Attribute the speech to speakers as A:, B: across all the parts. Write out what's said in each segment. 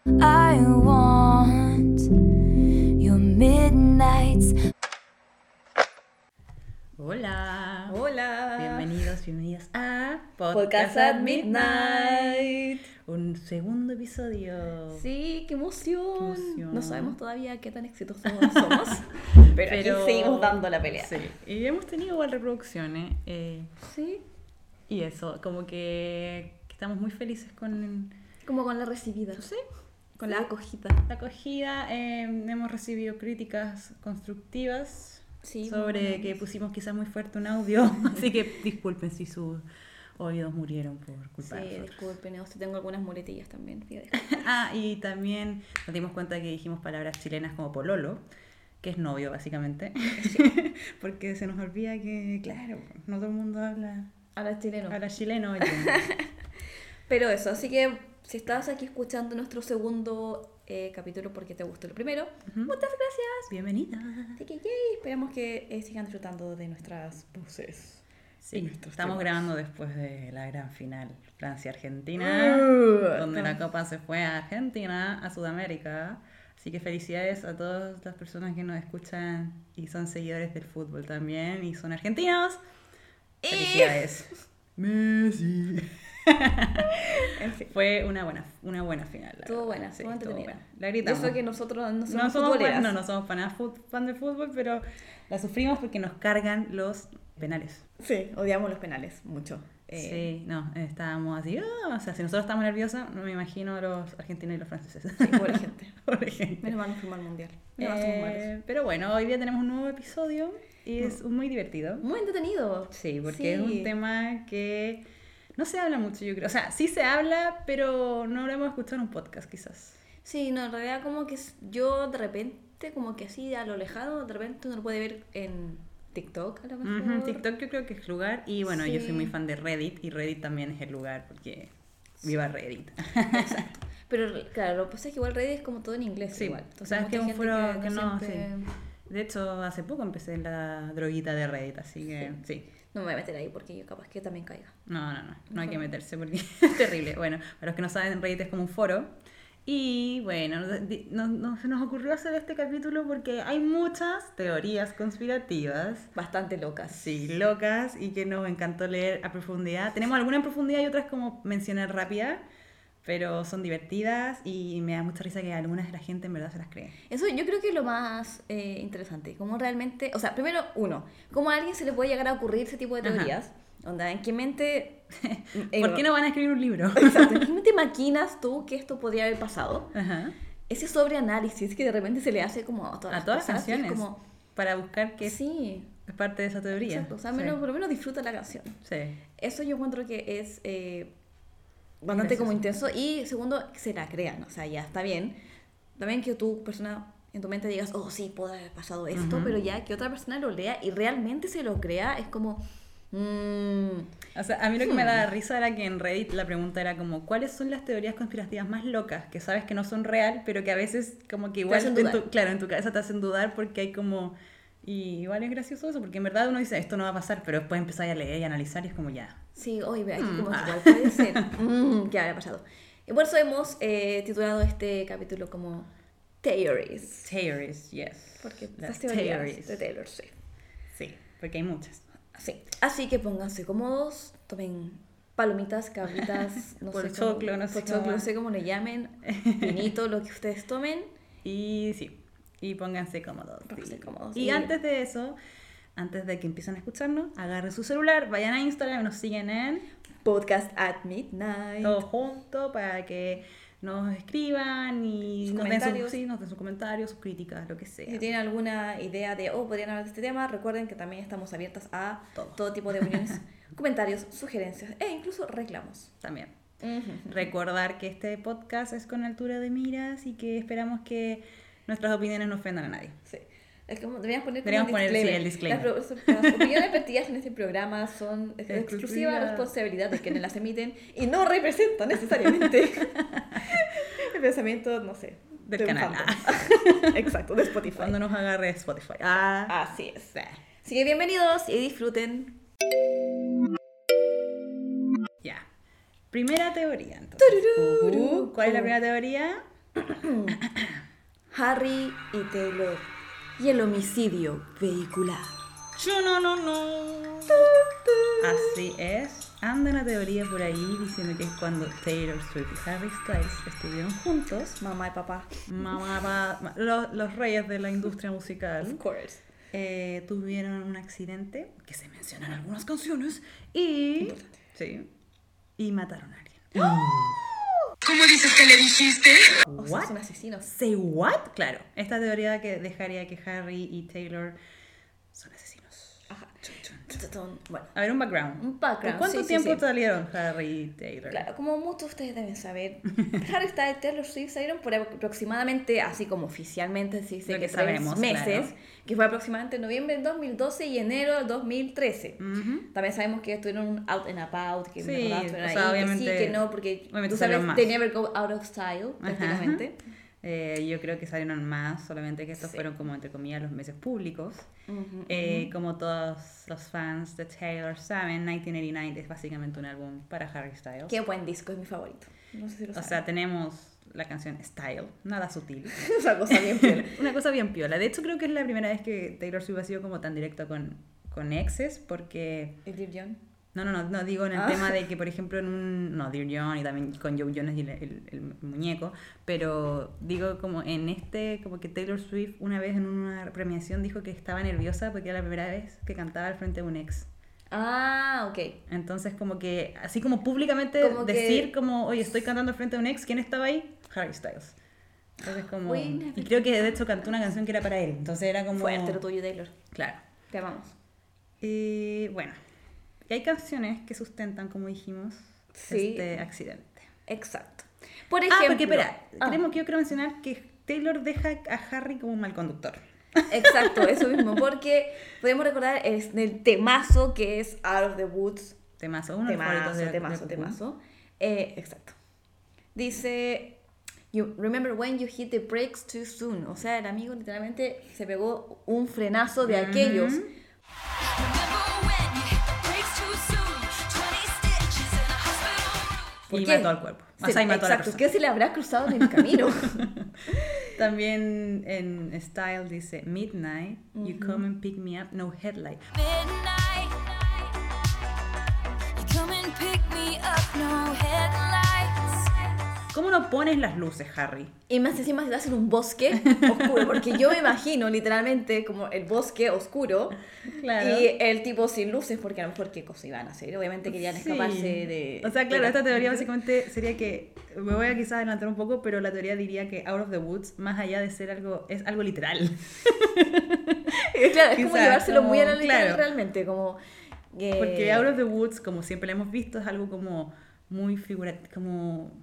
A: I want your midnights.
B: Hola.
C: Hola.
B: Bienvenidos a
C: Podcast at Midnight.
B: Un segundo episodio.
C: Sí, qué emoción.
B: Qué emoción.
C: No sabemos todavía qué tan exitosos somos, pero aquí seguimos dando la pelea.
B: Sí, y hemos tenido igual reproducciones.
C: Sí,
B: Y eso, como que estamos muy felices con
C: como con la recibida.
B: Sí.
C: Con la acogida.
B: la acogida. Hemos recibido críticas constructivas
C: Sí,
B: sobre
C: bueno,
B: que pusimos quizás muy fuerte un audio. Así que disculpen si sus oídos murieron por culpa de
C: Sí,
B: nosotros.
C: disculpen, tengo algunas muletillas también.
B: Y también nos dimos cuenta que dijimos palabras chilenas como pololo, que es novio básicamente, porque se nos olvida que, claro, no todo el mundo habla
C: Ahora es chileno.
B: oye.
C: Pero eso, así que si estás aquí escuchando nuestro segundo capítulo porque te gustó el primero, muchas gracias.
B: Bienvenida.
C: Así que esperamos que sigan disfrutando de nuestras voces.
B: Sí,
C: nuestros
B: estamos
C: temas.
B: grabando después de la gran final Francia-Argentina, donde la copa se fue a Argentina, a Sudamérica. Así que felicidades a todas las personas que nos escuchan y son seguidores del fútbol también y son argentinos. Felicidades. Messi.
C: En fin.
B: Fue una buena final. La
C: Estuvo
B: verdad.
C: buena,
B: Sí,
C: estuvo
B: estuvo
C: entretenida.
B: buena. La
C: Y
B: gritamos.
C: eso que nosotros no somos
B: No somos
C: futboleras.
B: fan del fútbol, pero la sufrimos porque nos cargan los penales.
C: Sí, odiamos los penales mucho.
B: Sí, no, estábamos así, o sea, si nosotros estamos nerviosos, no me imagino a los argentinos y los franceses.
C: Sí, pobre gente.
B: Pobre gente.
C: Menos mal no fuimos al mundial. Menos mal somos malos.
B: Pero bueno, hoy día tenemos un nuevo episodio y es muy divertido.
C: Muy entretenido.
B: Sí, porque
C: Sí.
B: es un tema que no se habla mucho, yo creo. O sea, sí se habla, pero no lo hemos escuchado en un podcast, quizás.
C: Sí, no, en realidad como que yo de repente, como que así a lo lejano, de repente uno lo puede ver en TikTok a lo mejor.
B: Ujú, TikTok yo creo que es lugar y bueno, yo soy
C: Sí.
B: muy fan de Reddit y Reddit también es el lugar porque viva Reddit.
C: Exacto. Pero claro, lo que pasa es que igual Reddit es como todo en inglés
B: Sí,
C: igual.
B: o sea, es que es
C: mucha
B: un foro
C: gente
B: que no,
C: siempre-
B: sí. De hecho, hace poco empecé la droguita de Reddit, así que sí.
C: No me voy a meter ahí porque yo capaz que también caiga.
B: No hay que
C: Mejor.
B: meterse porque es terrible. Bueno, para los que no saben, Reddit es como un foro. Y bueno, se nos ocurrió hacer este capítulo porque hay muchas teorías conspirativas.
C: Bastante locas.
B: Sí, locas y que nos encantó leer a profundidad. Tenemos algunas en profundidad y otras como mencionar rápida, pero son divertidas y me da mucha risa que algunas de la gente en verdad se las cree.
C: Eso yo creo que es lo más interesante. Cómo realmente, o sea, primero, cómo a alguien se le puede llegar a ocurrir ese tipo de
B: Ajá.
C: teorías. Onda, ¿en qué mente...
B: ¿Por qué no van a escribir un libro?
C: Exacto, ¿en qué mente maquinas tú que esto podría haber pasado?
B: Ajá.
C: Ese sobreanálisis que de repente se le hace como a todas
B: A todas las
C: cosas, y es
B: canciones.
C: como,
B: Para buscar qué
C: sí,
B: es parte de esa teoría.
C: exacto. O sea,
B: Sí.
C: por lo menos disfruta la canción.
B: Sí.
C: Eso yo encuentro que es bastante como
B: Gracioso.
C: intenso. Y segundo, que se la crean. O sea, ya está bien. También que tú, persona, en tu mente digas, oh, sí, puede haber pasado esto,
B: Ujú.
C: pero ya que otra persona lo lea y realmente se lo crea, es como...
B: O sea, a mí lo que me da risa era que en Reddit la pregunta era como, ¿cuáles son las teorías conspirativas más locas que sabes que no son real, pero que a veces como que igual
C: hacen
B: en
C: dudar.
B: claro, en tu cabeza te hacen dudar porque hay como... Y igual es gracioso eso, porque en verdad uno dice, esto no va a pasar, pero después empiezas a leer y analizar y es como ya.
C: Sí, oye, ve aquí como
B: ah.
C: igual puede ser. ¿Qué habría pasado? Y por eso hemos titulado este capítulo como Theories.
B: Theories, yes.
C: Porque
B: Las
C: las teorías de Taylor Swift.
B: Sí, porque hay muchas.
C: Sí. Así que pónganse cómodos, tomen palomitas, cabritas, no sé
B: Pochoclo, no sé
C: pochoclo,
B: cómo.
C: no sé cómo le llamen, vinito, lo que ustedes tomen.
B: Y sí, y pónganse cómodos.
C: Pónganse
B: sí.
C: cómodos.
B: Y antes de eso, antes de que empiecen a escucharnos, agarren su celular, vayan a Instagram, nos siguen en
C: Podcast at Midnight.
B: todo junto para que nos escriban y
C: Sus
B: nos den,
C: comentarios.
B: nos den sus comentarios, sus críticas, lo que sea.
C: Si tienen alguna idea de, podrían hablar de este tema, recuerden que también estamos abiertas a
B: Todo.
C: todo tipo de opiniones, comentarios, sugerencias e incluso reclamos.
B: También. Recordar que este podcast es con altura de miras y que esperamos que nuestras opiniones no ofendan a nadie.
C: Sí. Es como, deberíamos poner,
B: Deberíamos
C: como un
B: poner, sí,
C: disclaimer.
B: el disclaimer.
C: Las opiniones vertidas en este programa son exclusiva
B: Exclusiva.
C: responsabilidad de quienes las emiten y no representan necesariamente el pensamiento, no sé,
B: Del
C: de un
B: canal.
C: fandom. Exacto, de Spotify.
B: Cuando nos agarre Spotify.
C: Así es. Así que bienvenidos y disfruten.
B: Ya. Primera teoría, entonces.
C: Tururú.
B: ¿Cuál es la primera teoría?
C: Harry y Taylor y el homicidio vehicular.
B: No. Así es. Anda una teoría por ahí diciendo que es cuando Taylor Swift y Harry Styles estuvieron juntos.
C: Mamá y papá.
B: Los reyes de la industria musical.
C: Of course.
B: Tuvieron un accidente que se menciona en algunas canciones y mataron a alguien.
D: ¿Cómo dices que le dijiste?
C: O sea, son asesinos.
B: Say what? Claro, esta teoría que dejaría que Harry y Taylor son asesinos.
C: Ajá. Bueno,
B: A ver, un background. ¿Por cuánto tiempo salieron Harry y Taylor?
C: Claro, como muchos de ustedes deben saber, Harry Styles y Taylor Swift salieron por aproximadamente, así como oficialmente se dice
B: Lo
C: que
B: que
C: 3
B: sabemos,
C: meses,
B: claro.
C: que fue aproximadamente noviembre del 2012 y enero del 2013. También sabemos que estuvieron un out and about, que
B: Sí,
C: me acordaba, estuvieron
B: o sea,
C: ahí,
B: obviamente-
C: que sí, que no, porque
B: obviamente
C: tú sabes,
B: salieron más.
C: they never go out of style,
B: Ajá.
C: prácticamente.
B: Yo creo que salieron más, solamente que estos
C: Sí.
B: fueron como entre comillas los meses públicos. Como todos los fans de Taylor saben, 1989 es básicamente un álbum para Harry Styles.
C: Qué buen disco, es mi favorito. No sé si lo
B: O
C: saben.
B: sea, tenemos la canción Style, nada sutil.
C: Esa cosa bien piola.
B: Una cosa bien piola. De hecho, creo que es la primera vez que Taylor Swift ha sido como tan directo con exes, porque...
C: ¿Y Dear John?
B: No, digo en el tema de que, por ejemplo, Dear John y también con Joe Jonas y el muñeco, pero digo como como que Taylor Swift una vez en una premiación dijo que estaba nerviosa porque era la primera vez que cantaba al frente de un ex.
C: Ah, ok.
B: Entonces como que, así como públicamente
C: Como que-
B: decir como, oye, estoy cantando al frente de un ex, ¿quién estaba ahí? Harry Styles. Entonces como...
C: Buena,
B: Y creo que de hecho cantó una canción que era para él, entonces era como...
C: Fuerte lo tuyo, Taylor.
B: Claro.
C: Te amamos.
B: Bueno, y hay canciones que sustentan, como dijimos,
C: Sí.
B: este accidente.
C: Exacto. Por ejemplo...
B: Porque espera,
C: Ah.
B: yo quiero mencionar que Taylor deja a Harry como un mal conductor.
C: Exacto, eso mismo, porque podemos recordar el temazo que es Out of the Woods.
B: Temazo, uno de los favoritos de
C: Temazo. Exacto. Dice, you remember when you hit the brakes too soon. O sea, el amigo literalmente se pegó un frenazo de aquellos. ¿Por
B: Y
C: qué?
B: mató al cuerpo. O sea, y mató a la
C: exacto,
B: persona.
C: ¿qué se le habrá cruzado en el camino?
B: También en Style dice, Midnight, you come and pick me up, no headlight.
A: Midnight, you come and pick me up, no headlights.
B: ¿Cómo no pones las luces, Harry?
C: Y más encima se hacen un bosque oscuro, porque yo me imagino literalmente como el bosque oscuro
B: Claro.
C: y el tipo sin luces, porque a lo mejor qué cosa iban a hacer. Obviamente querían
B: Sí.
C: escaparse de...
B: O sea, claro,
C: de-
B: esta teoría básicamente sería que, me voy a quizás adelantar un poco, pero la teoría diría que Out of the Woods, más allá de ser algo, es algo literal.
C: Claro, es como
B: Quizás,
C: llevárselo muy a la
B: como-
C: literal
B: claro.
C: realmente, como...
B: Porque Out of the Woods, como siempre lo hemos visto, es algo como muy como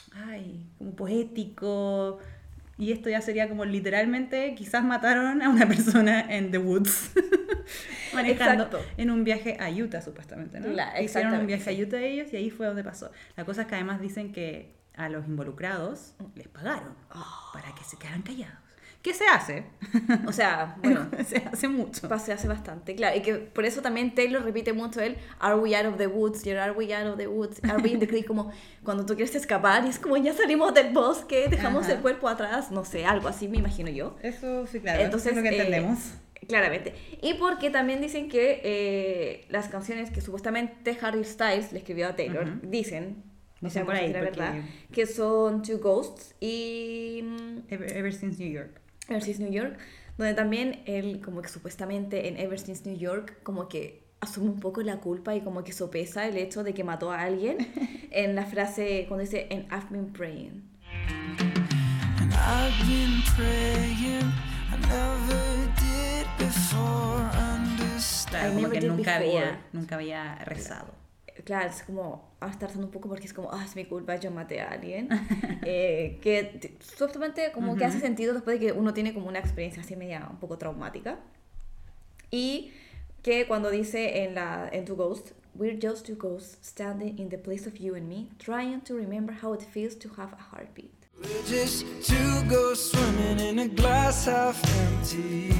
B: poético. Y esto ya sería como literalmente, quizás mataron a una persona en The Woods. Manejando
C: Exacto.
B: en un viaje a Utah, supuestamente, ¿no? Hicieron un
C: exactamente,
B: viaje a Utah ellos y ahí fue donde pasó. La cosa es que además dicen que a los involucrados les pagaron para que se quedaran callados. ¿Qué se hace?
C: O sea, bueno...
B: Se hace mucho.
C: Se hace bastante, claro. Y que por eso también Taylor repite mucho él, are we out of the woods, are we out of the woods, are we in the creek, como cuando tú quieres escapar y es como ya salimos del bosque, dejamos
B: Ajá.
C: el cuerpo atrás, no sé, algo así me imagino yo.
B: Eso sí, claro.
C: Entonces,
B: es lo que entendemos.
C: Claramente. Y porque también dicen que las canciones que supuestamente Harry Styles le escribió a Taylor,
B: Ujú.
C: dicen, no
B: Dicen
C: sé
B: por
C: si
B: ahí,
C: será
B: porque-
C: verdad, que son Two Ghosts y
B: Ever Since New York.
C: Ever Since New York, donde también él como que supuestamente en Ever Since New York como que asume un poco la culpa y como que sopesa el hecho de que mató a alguien en la frase cuando dice and I've been praying.
E: And I've been praying, I never did before understand.
B: Claro,
C: I
B: como
C: never
B: que
C: did
B: nunca
C: before.
B: había rezado.
C: Claro, es como estar rezando un poco porque es como, es mi culpa, yo maté a alguien. Supuestamente como que hace sentido después de que uno tiene como una experiencia así media un poco traumática. Y que cuando dice en Two Ghosts, we're just two ghosts standing in the place of you and me, trying to remember how it feels to have a heartbeat.
E: We're just two ghosts swimming in a glass half empty,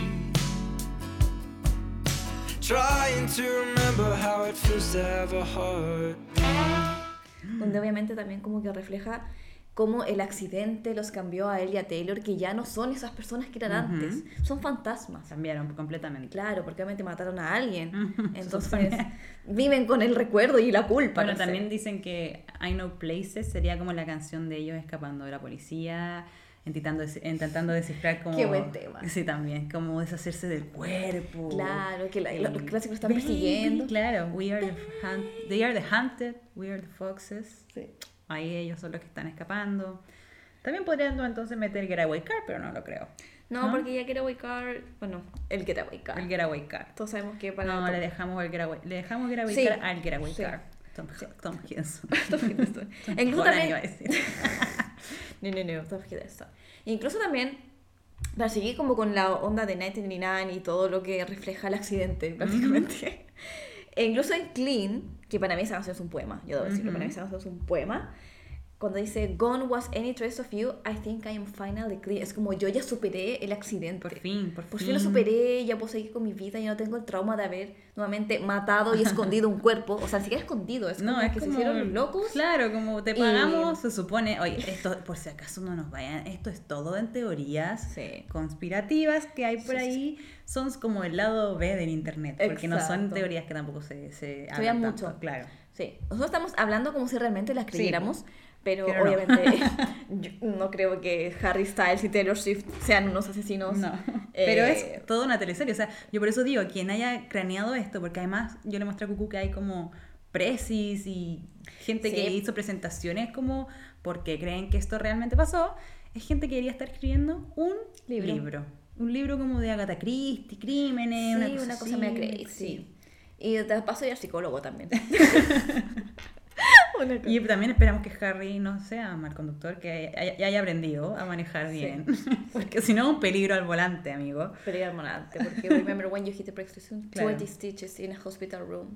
E: trying to remember how it feels to have a heart.
C: Donde obviamente también como que refleja cómo el accidente los cambió a él y a Taylor, que ya no son esas personas que eran antes, son fantasmas.
B: Cambiaron completamente.
C: Claro, porque obviamente mataron a alguien.
B: Ujú,
C: Entonces viven con el recuerdo y la culpa.
B: Bueno,
C: no sé.
B: también dicen que I Know Places sería como la canción de ellos escapando de la policía, intentando descifrar como...
C: Qué buen tema.
B: Sí, también, como deshacerse del cuerpo.
C: Claro, que los clásicos están
B: Baby,
C: persiguiendo.
B: Claro, they are the hunted, we are the foxes.
C: Sí.
B: Ahí ellos son los que están escapando. También podrían entonces meter Getaway Car, pero no lo creo.
C: No, porque ya Getaway Car, bueno, el Getaway Car.
B: El Getaway Car.
C: Todos sabemos que para
B: No,
C: Tom-
B: le dejamos Getaway
C: Sí.
B: Car al Getaway
C: Sí.
B: Car. Tom Hiddleston.
C: Tom Hiddleston. Incluso
B: Holland
C: también...
B: iba a decir.
C: No, Tom Hiddleston. Incluso también, para seguir como con la onda de 1999 y todo lo que refleja el accidente, prácticamente. E incluso en Clean, que para mí esa canción es un poema, yo debo decir que para mí esa canción es un poema, cuando dice, Gone was any trace of you, I think I am finally clean. Es como yo ya superé el accidente.
B: Por fin.
C: Por fin lo superé, ya puedo seguir con mi vida, ya no tengo el trauma de haber nuevamente matado y escondido un cuerpo. O sea, ni siquiera escondido, es como que se hicieron locos.
B: Claro, como te pagamos, se supone, oye, esto por si acaso no nos vayan, esto es todo en teorías
C: Sí.
B: conspirativas que hay por ahí, son como el lado B del internet, porque no son
C: Exacto.
B: teorías que tampoco se
C: Sabían
B: hablan tanto,
C: mucho.
B: claro.
C: Sí, nosotros estamos hablando como si realmente las creyéramos, pero
B: pero no.
C: obviamente yo no creo que Harry Styles y Taylor Swift sean unos asesinos.
B: No, pero es toda una teleserie, o sea, yo por eso digo, quien haya craneado esto, porque además yo le mostré a Cucu que hay como presis y gente
C: Sí.
B: que hizo presentaciones como porque creen que esto realmente pasó, es gente que debería estar escribiendo un
C: Libro.
B: un libro como de Agatha Christie, crímenes,
C: Sí, una cosa
B: así,
C: media crazy.
B: sí.
C: Y de paso ir al psicólogo también. Una cosa.
B: Y también esperamos que Harry no sea mal conductor, que haya aprendido a manejar bien, porque si no es un peligro al volante, amigo.
C: Pero ir al monante, porque remember when you hit the brakes too soon,
B: Claro.
C: 20 stitches in a hospital room.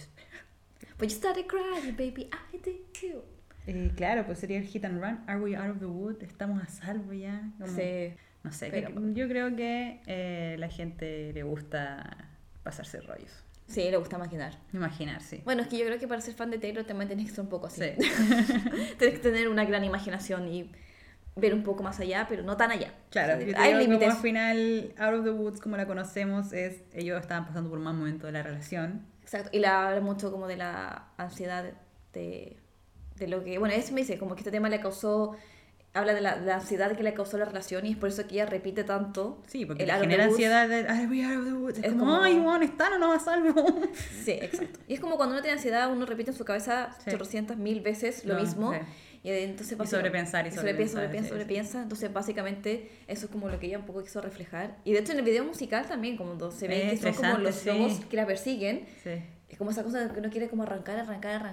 C: But you started crying, baby, I did too.
B: Claro, pues sería el hit and run. Are we out of the wood? Estamos a salvo ya. Como-
C: Sí.
B: No sé,
C: Pero-
B: yo creo que la gente le gusta pasarse rollos.
C: Sí, le gusta maquinar.
B: Imaginar, sí.
C: Bueno, es que yo creo que para ser fan de Taylor también tienes que ser un poco así.
B: Sí.
C: Tienes que tener una gran imaginación y ver un poco más allá, pero no tan allá.
B: Claro,
C: O sea,
B: yo te
C: hay
B: digo, como
C: límites.
B: al final, Out of the Woods, como la conocemos, ellos estaban pasando por un mal momento de la relación.
C: Exacto. Y la habla mucho como de la ansiedad de lo que... Bueno, eso me dice, como que este tema le causó... Habla de la ansiedad que le causó la relación y es por eso que ella repite tanto.
B: Sí, porque
C: el
B: te
C: Out of the
B: genera
C: Woods.
B: ansiedad de Are we out of the woods? Es,
C: Es
B: como,
C: como-
B: ay, bueno, están o no a salvo.
C: Sí, exacto. Y es como cuando uno tiene ansiedad, uno repite en su cabeza
B: Sí.
C: 800.000 veces lo
B: No,
C: mismo.
B: sí.
C: Y entonces
B: Y sobrepensar, y
C: sobrepiensa,
B: sobrepensar, sí,
C: sobrepiensa. Entonces, básicamente, eso es como lo que ella un poco quiso reflejar. Y de hecho, en el video musical también, como se ve que son como
B: Estresante,
C: los
B: sí.
C: lobos que la persiguen.
B: Sí.
C: Es como esa cosa que uno quiere como arrancar.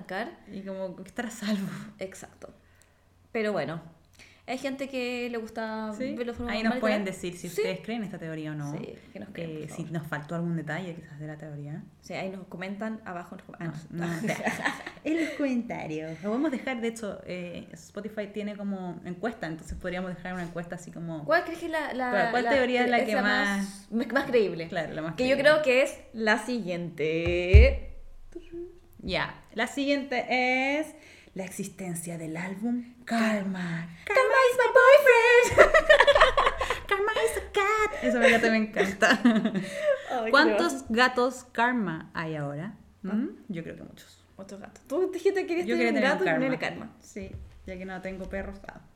B: Y como que estar a salvo.
C: Exacto. Pero bueno, hay gente que le gusta
B: Sí.
C: verlo de forma
B: Ahí
C: normal
B: nos
C: y
B: pueden
C: tal.
B: decir si
C: Sí.
B: ustedes creen esta teoría o no.
C: Sí, que nos creen, por
B: Si
C: favor.
B: nos faltó algún detalle quizás de la teoría.
C: Sí, ahí nos comentan abajo.
B: No, en los comentarios. Lo podemos dejar, de hecho, Spotify tiene como encuesta, entonces podríamos dejar una encuesta así como...
C: ¿Cuál crees que es
B: ¿Cuál teoría es la que
C: más creíble?
B: Claro, la más
C: Que yo
B: creíble.
C: creo que es la siguiente.
B: Ya, la siguiente es la existencia del álbum Karma. Karma is my boyfriend. Karma is a cat. Esa verdad me encanta. ¿Cuántos gatos Karma hay ahora? Yo creo que muchos.
C: Otro gato. Tú dijiste que querías
B: Yo
C: tener
B: quería
C: un
B: tener
C: gato
B: un
C: y ponerle karma.
B: Sí, ya que no tengo perros.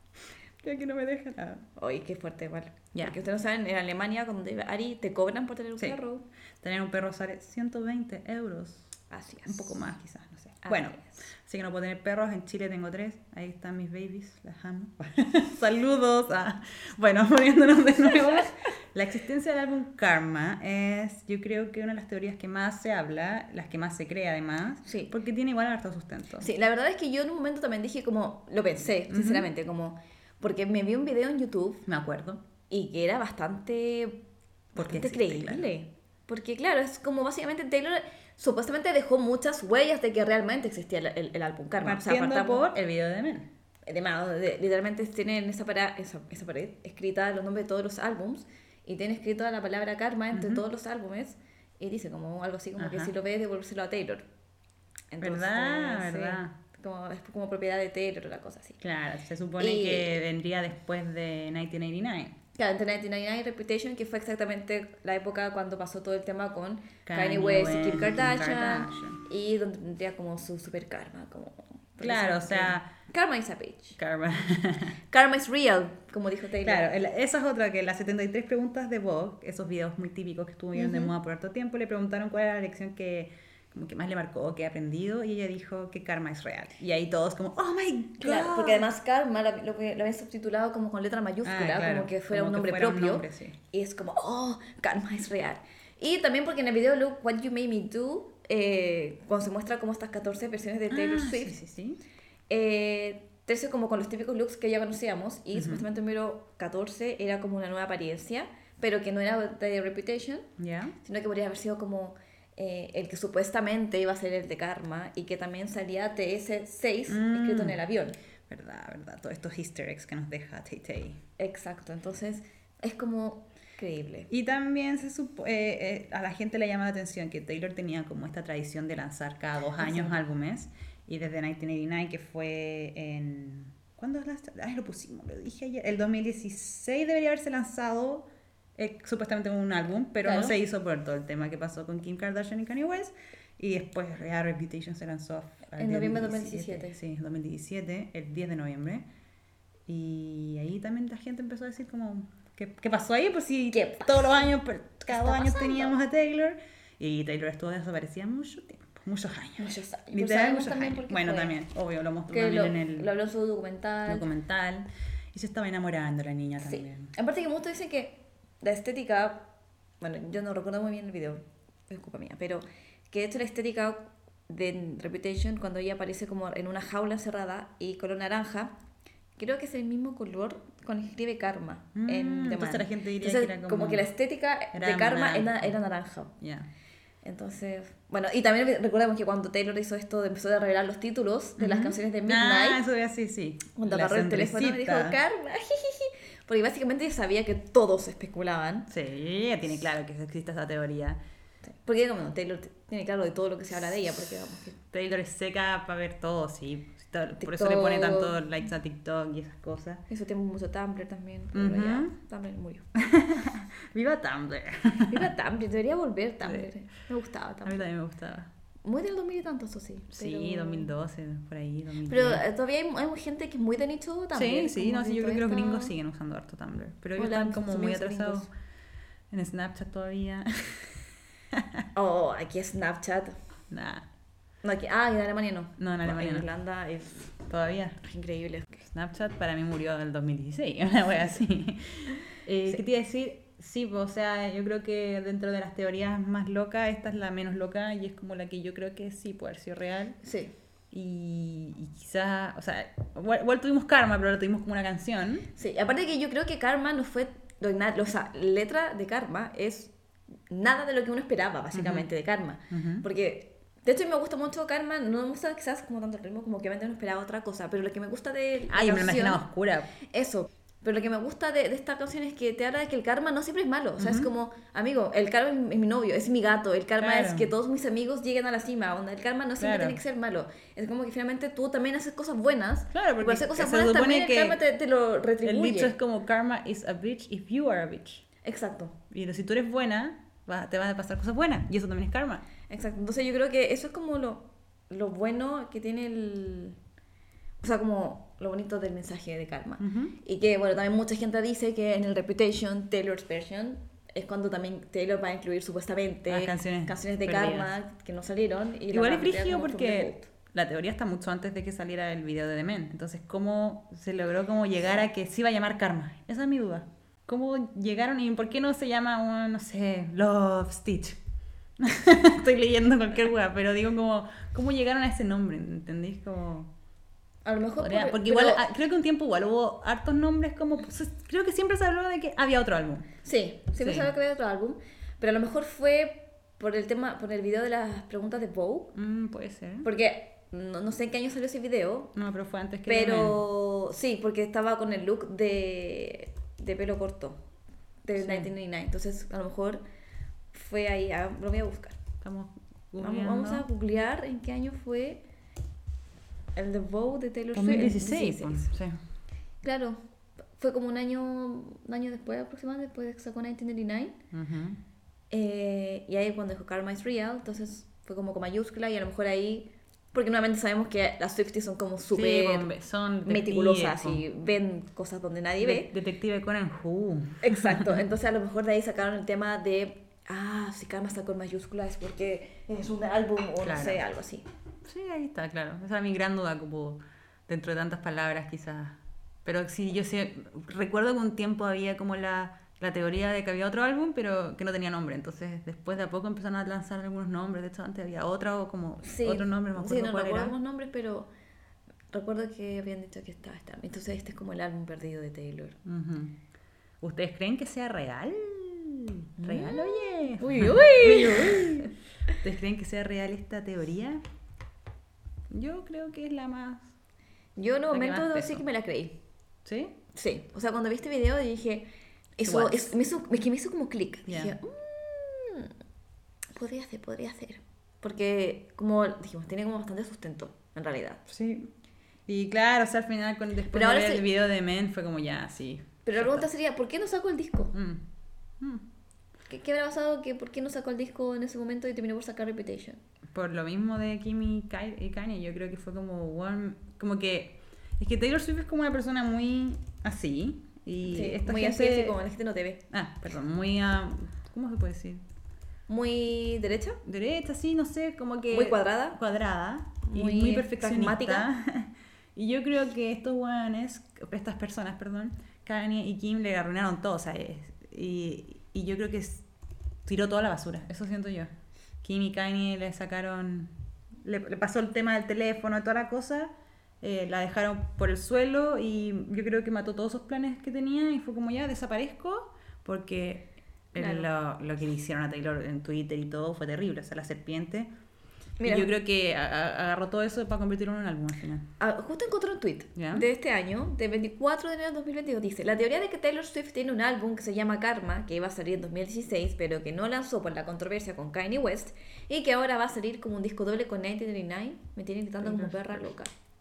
B: Ya que no me dejan nada.
C: Oye, qué fuerte igual.
B: Ya.
C: Porque ustedes no saben, en Alemania, cuando vive Ari, te cobran por tener un
B: Sí.
C: perro.
B: Tener un perro sale 120 euros.
C: Así es.
B: Un poco más quizás, no sé.
C: Así
B: Bueno,
C: es.
B: así que no puedo tener perros. En Chile tengo 3. Ahí están mis babies. Las amo. Saludos. Bueno, poniéndonos de nuevo. La existencia del álbum Karma es, yo creo que una de las teorías que más se habla, las que más se cree además,
C: Sí.
B: porque tiene igual harto sustento.
C: Sí, la verdad es que yo en un momento también dije como, lo pensé, sinceramente, como, porque me vi un video en YouTube
B: Me acuerdo.
C: y que era bastante
B: Porque
C: bastante
B: existe,
C: creíble. Porque claro, es como básicamente Taylor supuestamente dejó muchas huellas de que realmente existía el álbum Karma.
B: Partiendo
C: partamos-
B: por el video de Men.
C: Además, literalmente tienen esa pared escrita los nombres de todos los álbums y tiene escrita la palabra karma entre todos los álbumes y dice como algo así como que
B: Ajá.
C: si lo ves devolvérselo a Taylor.
B: ¿Verdad?
C: sí,
B: ¿Verdad?
C: es como propiedad de Taylor o la cosa así.
B: Claro, se supone
C: Y-
B: que vendría después de 1989.
C: Claro, entre 1999 y Reputation, que fue exactamente la época cuando pasó todo el tema con
B: Kanye
C: Kanye West y
B: West,
C: Kim
B: Kim
C: Kardashian,
B: Kardashian.
C: y donde tendría como su super karma. Como,
B: Claro, o sea-
C: Karma is a bitch.
B: Karma.
C: Karma is real, como dijo Taylor.
B: Claro, esa es otra que las 73 preguntas de Vogue, esos videos muy típicos que estuvieron de moda por harto tiempo, le preguntaron cuál era la lección que como que más le marcó, que ha aprendido, y ella dijo que karma es real. Y ahí todos como, oh my god.
C: Claro, porque además karma lo habían subtitulado como con letra mayúscula,
B: Claro,
C: como que fuera
B: como
C: un
B: que
C: nombre
B: fuera un
C: propio.
B: nombre, sí.
C: Y es como, oh, karma es real. Y también porque en el video Look What You Made Me Do, cuando se muestra como estas 14 versiones de Taylor Swift,
B: Sí, sí, sí.
C: 13 como con los típicos looks que ya conocíamos, y supuestamente el número 14 era como una nueva apariencia, pero que no era de Reputation,
B: ¿Ya?
C: sino que podría haber sido como el que supuestamente iba a ser el de Karma, y que también salía TS6 escrito en el avión.
B: Verdad, verdad. Todos estos easter eggs que nos deja Tay Tay.
C: Exacto, entonces es como creíble.
B: Y también a la gente le llama la atención que Taylor tenía como esta tradición de lanzar cada 2 años álbumes. Y desde 1989, que fue en... ¿Cuándo es lo pusimos, lo dije ayer. El 2016 debería haberse lanzado supuestamente un álbum, pero
C: Claro.
B: no se hizo por todo el tema que pasó con Kim Kardashian y Kanye West. Y después ya Reputation se lanzó
C: En noviembre de 2017.
B: Sí, 2017, el 10 de noviembre. Y ahí también la gente empezó a decir como, ¿qué pasó ahí? Pues si
C: ¿Qué pasó?
B: todos los años, cada
C: está
B: 2 años
C: pasando?
B: teníamos a Taylor. Y Taylor estuvo desaparecida mucho tiempo, muchos años.
C: Muchos años. Pero
B: Literal,
C: sabemos
B: muchos
C: también
B: años.
C: por qué
B: Bueno,
C: fue.
B: también, obvio, lo mostró
C: Que
B: también
C: lo,
B: en el
C: lo habló en su documental.
B: documental. Y se estaba enamorando la niña
C: Sí.
B: también.
C: Aparte que muchos dicen que la estética, bueno, yo no recuerdo muy bien el video, es culpa mía, pero que de hecho la estética de Reputation, cuando ella aparece como en una jaula cerrada y color naranja, creo que es el mismo color con el que escribe Karma en The
B: entonces
C: Man.
B: la gente diría
C: Entonces,
B: que era como-
C: que la estética
B: era
C: de Karma
B: naranja.
C: era naranja.
B: Ya.
C: Entonces, bueno, y también recordemos que cuando Taylor hizo esto, empezó a revelar los títulos de las canciones de Midnight.
B: Ah, eso era así, sí.
C: Cuando
B: La
C: agarró el teléfono me dijo
B: sonrisita.
C: Karma, jijiji. Porque básicamente ella sabía que todos especulaban.
B: Sí, ella tiene claro que existe esa teoría.
C: Porque como Taylor tiene claro de todo lo que se habla de ella, porque vamos que...
B: Taylor es seca para ver todo, sí. Por
C: TikTok.
B: eso le pone tanto likes a TikTok y esas cosas.
C: Eso tiene mucho Tumblr también, pero
B: Ujú.
C: ya Tumblr murió.
B: Viva Tumblr.
C: Mira Tumblr, debería volver Tumblr.
B: Sí.
C: Me gustaba
B: A mí
C: Tumblr.
B: también me gustaba.
C: Muy del 2000 y tanto, eso sí.
B: Sí,
C: pero-
B: 2012, por ahí, 2010.
C: Pero todavía hay gente que es muy de nicho Tumblr.
B: Sí, sí,
C: como
B: no, sí, yo creo que los
C: todavía
B: gringos
C: está-
B: siguen usando harto Tumblr. Pero ellos
C: Hola,
B: están como
C: sus
B: muy
C: amigos
B: atrasados
C: gringos.
B: en Snapchat todavía.
C: Oh, aquí es Snapchat.
B: Nah,
C: No, aquí, en Alemania no.
B: No, en Alemania
C: En
B: no.
C: Irlanda es
B: todavía.
C: increíble.
B: Snapchat para mí murió en el 2016, una wea así. ¿Qué te iba a decir? Sí, pues, o sea, yo creo que dentro de las teorías más locas, esta es la menos loca y es como la que yo creo que sí puede haber sido real.
C: Sí.
B: Y quizás, o sea, igual tuvimos Karma, pero lo tuvimos como una canción.
C: Sí, aparte que yo creo que Karma no fue... O sea, letra de Karma es nada de lo que uno esperaba, básicamente, de Karma.
B: Ujú.
C: Porque, de hecho, me gusta mucho Karma, no me gusta quizás como tanto el ritmo, como que obviamente no esperaba otra cosa, pero lo que me gusta de la
B: Ay, yo me lo
C: canción-
B: imaginaba oscura.
C: Eso. Pero lo que me gusta de esta canción es que te habla de que el karma no siempre es malo. O sea, es como, amigo, el karma es mi novio, es mi gato. El karma
B: Claro.
C: es que todos mis amigos lleguen a la cima. Onda, el karma no siempre
B: Claro.
C: tiene que ser malo. Es como que finalmente tú también haces cosas buenas.
B: Claro,
C: y
B: porque
C: por hacer cosas
B: se
C: buenas
B: supone
C: también el
B: que
C: karma te lo
B: El
C: retribuye.
B: dicho es como karma is a bitch if you are a bitch.
C: Exacto.
B: Y si tú eres buena, te van a pasar cosas buenas. Y eso también es karma.
C: Exacto. Entonces yo creo que eso es como lo bueno que tiene el... O sea, como lo bonito del mensaje de karma.
B: Ujú.
C: Y que, bueno, también mucha gente dice que en el Reputation, Taylor's version, es cuando también Taylor va a incluir supuestamente
B: Las canciones
C: de
B: perdidas.
C: karma que no salieron. Y
B: Igual
C: la
B: es
C: va a meter
B: frígido
C: como from the
B: porque
C: vault.
B: la teoría está mucho antes de que saliera el video de The Men. Entonces, ¿cómo se logró como llegar a que se iba a llamar Karma? Esa es mi duda. ¿Cómo llegaron y por qué no se llama, no sé, Love Stitch? Estoy leyendo cualquier wea, pero digo como, ¿cómo llegaron a ese nombre? ¿Entendéis? Como...
C: A lo mejor
B: Porque igual, creo que un tiempo igual hubo hartos nombres como... pues, creo que siempre se habló de que había otro álbum.
C: Sí, siempre
B: Sí.
C: se había creado otro álbum. Pero a lo mejor fue por el tema, por el video de las preguntas de Vogue.
B: Puede ser.
C: Porque no sé en qué año salió ese video.
B: No, pero fue antes que The Men.
C: Pero sí, porque estaba con el look de pelo corto del
B: Sí.
C: 1999. Entonces, a lo mejor fue ahí. Lo voy a buscar.
B: Estamos
C: Vamos a
B: googleando.
C: googlear en qué año fue el The Vogue de Taylor Swift.
B: 2016, pues, sí.
C: Claro, fue como un año después aproximadamente, después de que sacó 1999.
B: Ujú.
C: Y ahí cuando dijo Karma is Real, entonces fue como con mayúscula y a lo mejor ahí, porque nuevamente sabemos que las Swifties son como súper
B: son
C: meticulosas
B: detectives,
C: y ven cosas donde nadie ve.
B: Detective Conan Who.
C: Exacto, entonces a lo mejor de ahí sacaron el tema de, si Karma está con mayúsculas es porque es un álbum o
B: Claro.
C: no sé, algo así.
B: Sí, ahí está, claro. Esa era mi gran duda, como dentro de tantas palabras quizás. Pero sí, yo sí, recuerdo que un tiempo había como la teoría de que había otro álbum, pero que no tenía nombre. Entonces, después de a poco empezaron a lanzar algunos nombres. De hecho, antes había otro nombre, no me acuerdo
C: sí, no
B: cuál
C: recuerdo
B: era.
C: los nombres, pero recuerdo que habían dicho que estaba esta. Entonces este es como el álbum perdido de Taylor.
B: Ujú. ¿Ustedes creen que sea real? ¿Real, oye?
C: Uy, uy.
B: ¿Ustedes creen que sea real esta teoría? Yo creo que es la más...
C: Yo en un
B: La que
C: momento
B: más
C: debo decir
B: peso.
C: que me la creí.
B: ¿Sí?
C: Sí, o sea, cuando vi este video dije, eso
B: What?
C: me hizo como clic.
B: Ya.
C: Dije, podría ser. Porque, como dijimos, tiene como bastante sustento, en realidad.
B: Sí. Y claro, o sea, al final, después
C: Pero
B: de
C: ahora
B: ver
C: sí.
B: el video de Men, fue como ya, sí.
C: Pero la
B: ya
C: pregunta
B: está.
C: sería, ¿por qué no sacó el disco?
B: Mm.
C: ¿Qué habrá pasado? ¿Por qué no sacó el disco en ese momento y terminó por sacar Reputation?
B: Por lo mismo de Kim y Kanye, yo creo que fue como que... Es que Taylor Swift es como una persona muy así. Y
C: Sí,
B: esta
C: muy
B: gente...
C: así como la gente no te ve.
B: Perdón, muy... ¿cómo se puede decir?
C: Muy derecha,
B: Derecha, sí, no sé, como que...
C: muy cuadrada.
B: Cuadrada.
C: Muy
B: y muy perfeccionista.
C: pragmática.
B: Y yo creo que estas personas, Kanye y Kim le arruinaron todo, o sea, y yo creo que tiró toda la basura, eso siento yo. Kim y Kanye le sacaron, le pasó el tema del teléfono y toda la cosa, la dejaron por el suelo y yo creo que mató todos esos planes que tenía y fue como ya, desaparezco, porque
C: Claro.
B: lo que le hicieron a Taylor en Twitter y todo fue terrible, o sea, la serpiente.
C: Mira.
B: Y yo creo que agarró todo eso para convertirlo en un álbum al final.
C: Justo encontré un tweet
B: ¿Ya?
C: de este año, del 24 de enero de 2022. Dice, la teoría de que Taylor Swift tiene un álbum que se llama Karma, que iba a salir en 2016, pero que no lanzó por la controversia con Kanye West, y que ahora va a salir como un disco doble con 1999, me tiene gritando como perra loca.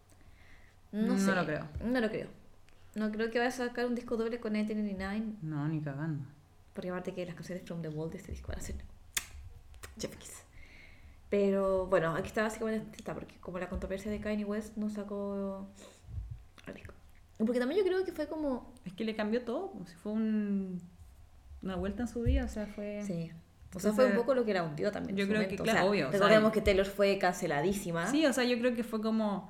C: No sé.
B: No lo creo.
C: No lo creo. No creo que vaya a sacar un disco doble con 1999,
B: No, ni cagando.
C: porque aparte que las canciones From the World de este disco van a ser Chef Kiss. Pero bueno, aquí está básicamente porque como la controversia de Kanye West no sacó el disco. Porque también yo creo que fue como...
B: Es que le cambió todo, como si fue una vuelta en su vida, o sea, fue...
C: Sí. O
B: Entonces,
C: sea, fue un poco lo que la hundió también.
B: yo
C: en su
B: creo que,
C: momento.
B: claro,
C: o sea,
B: obvio, o sea,
C: recordemos que Taylor fue canceladísima.
B: Sí, o sea, yo creo que fue como,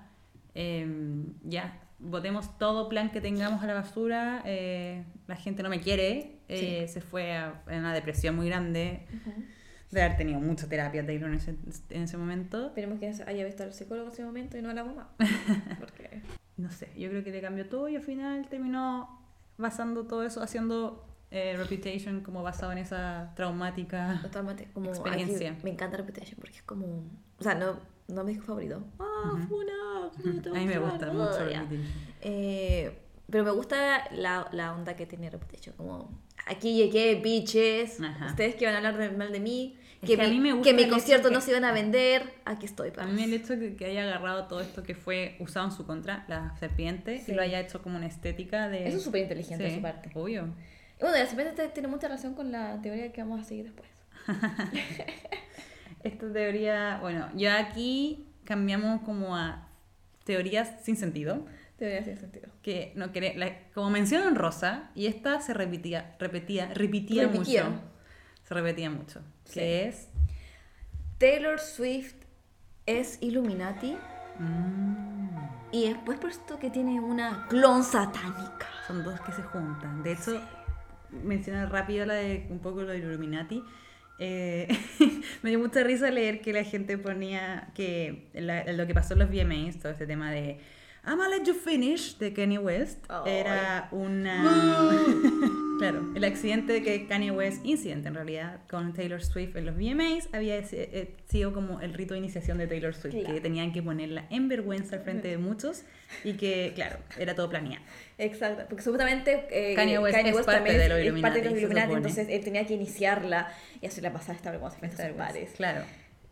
B: ya, botemos todo plan que tengamos a la basura, la gente no me quiere,
C: Sí.
B: se fue en una depresión muy grande, de haber tenido mucha terapia Taylor en ese momento.
C: Esperemos que haya visto al psicólogo en ese momento y no a la mamá. Porque...
B: No sé, yo creo que le cambió todo y al final terminó basando todo eso, haciendo Reputation como basado en esa traumática
C: Totalmente, como
B: experiencia.
C: aquí me encanta Reputation porque es como... O sea, no es mi disco favorito. Funa,
B: A mí me gusta mucho
C: ya.
B: Reputation.
C: Pero me gusta la onda que tiene Reputation. Como, aquí llegué, bitches.
B: Ajá.
C: Ustedes que van a hablar mal de mí.
B: Es
C: Que,
B: que a mí me gusta
C: que mi
B: el hecho
C: concierto
B: que-
C: no se iban a vender. Aquí estoy.
B: A mí el hecho de que haya agarrado todo esto que fue usado en su contra, la serpiente,
C: Sí.
B: y lo haya hecho como una estética de...
C: Eso es súper inteligente
B: Sí,
C: de su parte.
B: obvio.
C: Y bueno, la serpiente tiene mucha relación con la teoría que vamos a seguir después.
B: Esta teoría, bueno, ya aquí cambiamos como a teorías sin sentido,
C: Teoría sin sentido.
B: que no como mencionan Rosa, y esta se repetía
C: Repetía.
B: mucho. Se repetía mucho.
C: Sí.
B: Que es...
C: Taylor Swift es Illuminati y después por esto que tiene una clon satánica.
B: Son dos que se juntan. De hecho, mencionar rápido un poco lo de Illuminati. Me dio mucha risa leer que la gente ponía que lo que pasó en los VMAs, todo este tema de I'm gonna let you finish de Kanye West, era una... Claro, el accidente de que Kanye West, incidente en realidad, con Taylor Swift en los VMAs, había sido como el rito de iniciación de Taylor Swift,
C: Claro.
B: que tenían que ponerla en vergüenza al frente de muchos y que, claro, era todo planeado.
C: Exacto, porque supuestamente
B: Kanye West es parte
C: también
B: de los
C: es parte de los
B: Illuminati, se
C: Illuminati,
B: supone.
C: entonces él tenía que iniciarla y hacerla pasar esta vergüenza frente a sus pares.
B: Claro.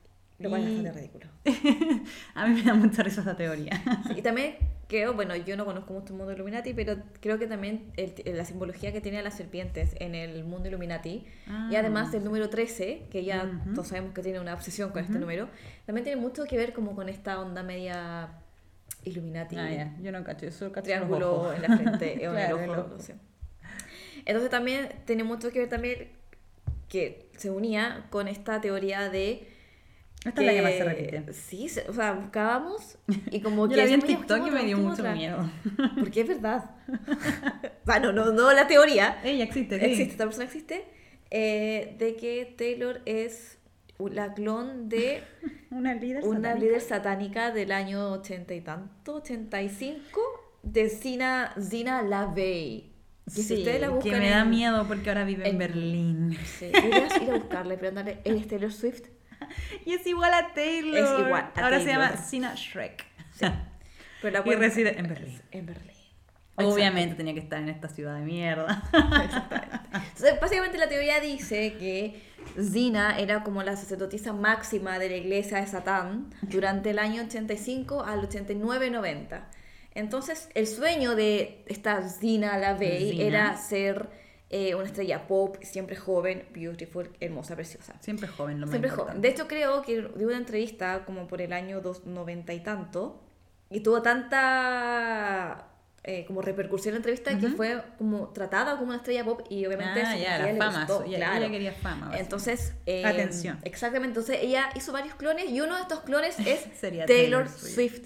C: Lo cual es bastante ridículo.
B: A mí me da mucha risa esa teoría.
C: Sí, y también creo, bueno, yo no conozco mucho el mundo Illuminati, pero creo que también la simbología que tienen las serpientes en el mundo Illuminati, y además del número 13, que ya todos sabemos que tiene una obsesión con este número, también tiene mucho que ver como con esta onda media Illuminati.
B: Ya, yo no cacho, yo solo cacho los
C: Triángulo
B: ojos.
C: en la frente, o en
B: Claro,
C: el
B: el
C: ojo,
B: ojo.
C: no sé. Entonces también tiene mucho que ver también que se unía con esta teoría de
B: Esta es la que más se repite.
C: Sí, o sea, buscábamos y como
B: Yo
C: que
B: la vi en
C: decíamos,
B: TikTok y me dio mucho
C: otra.
B: miedo.
C: Porque es verdad. Bueno, no la teoría.
B: Ella existe, sí.
C: Existe, esta persona existe. De que Taylor es la clon de
B: Una líder
C: una
B: satánica.
C: líder satánica del año 80 y tanto, 85, de Zina LaVey. Que si
B: Sí,
C: ustedes la
B: que
C: buscan
B: me da
C: en-
B: miedo porque ahora vive en
C: en-
B: Berlín.
C: Sí, deberías ir a buscarle, preguntarle, ¿eres Taylor Swift?
B: Y es igual a Taylor.
C: Es igual a
B: ahora se
C: Taylor.
B: llama Sina Shrek.
C: Sí. Pero la
B: Y
C: buena-
B: reside en Berlín.
C: En Berlín.
B: Obviamente tenía que estar en esta ciudad de mierda.
C: Entonces, básicamente la teoría dice que Zina era como la sacerdotisa máxima de la iglesia de Satán durante el año 85 al 89-90. Entonces, el sueño de esta Zina LaVey
B: Zina.
C: era ser una estrella pop, siempre joven, beautiful, hermosa, preciosa.
B: Siempre joven, lo más
C: Siempre
B: importante.
C: joven. De hecho, creo que dio una entrevista como por el año 90 y tanto, y tuvo tanta como repercusión en la entrevista que fue como tratada como una estrella pop, y obviamente
B: Ah,
C: eso
B: ya,
C: a
B: la
C: ella le
B: fama.
C: gustó,
B: Ella
C: claro.
B: quería fama. básicamente.
C: Entonces,
B: Atención.
C: exactamente, entonces ella hizo varios clones y uno de estos clones es
B: Sería
C: Taylor
B: Taylor
C: Swift.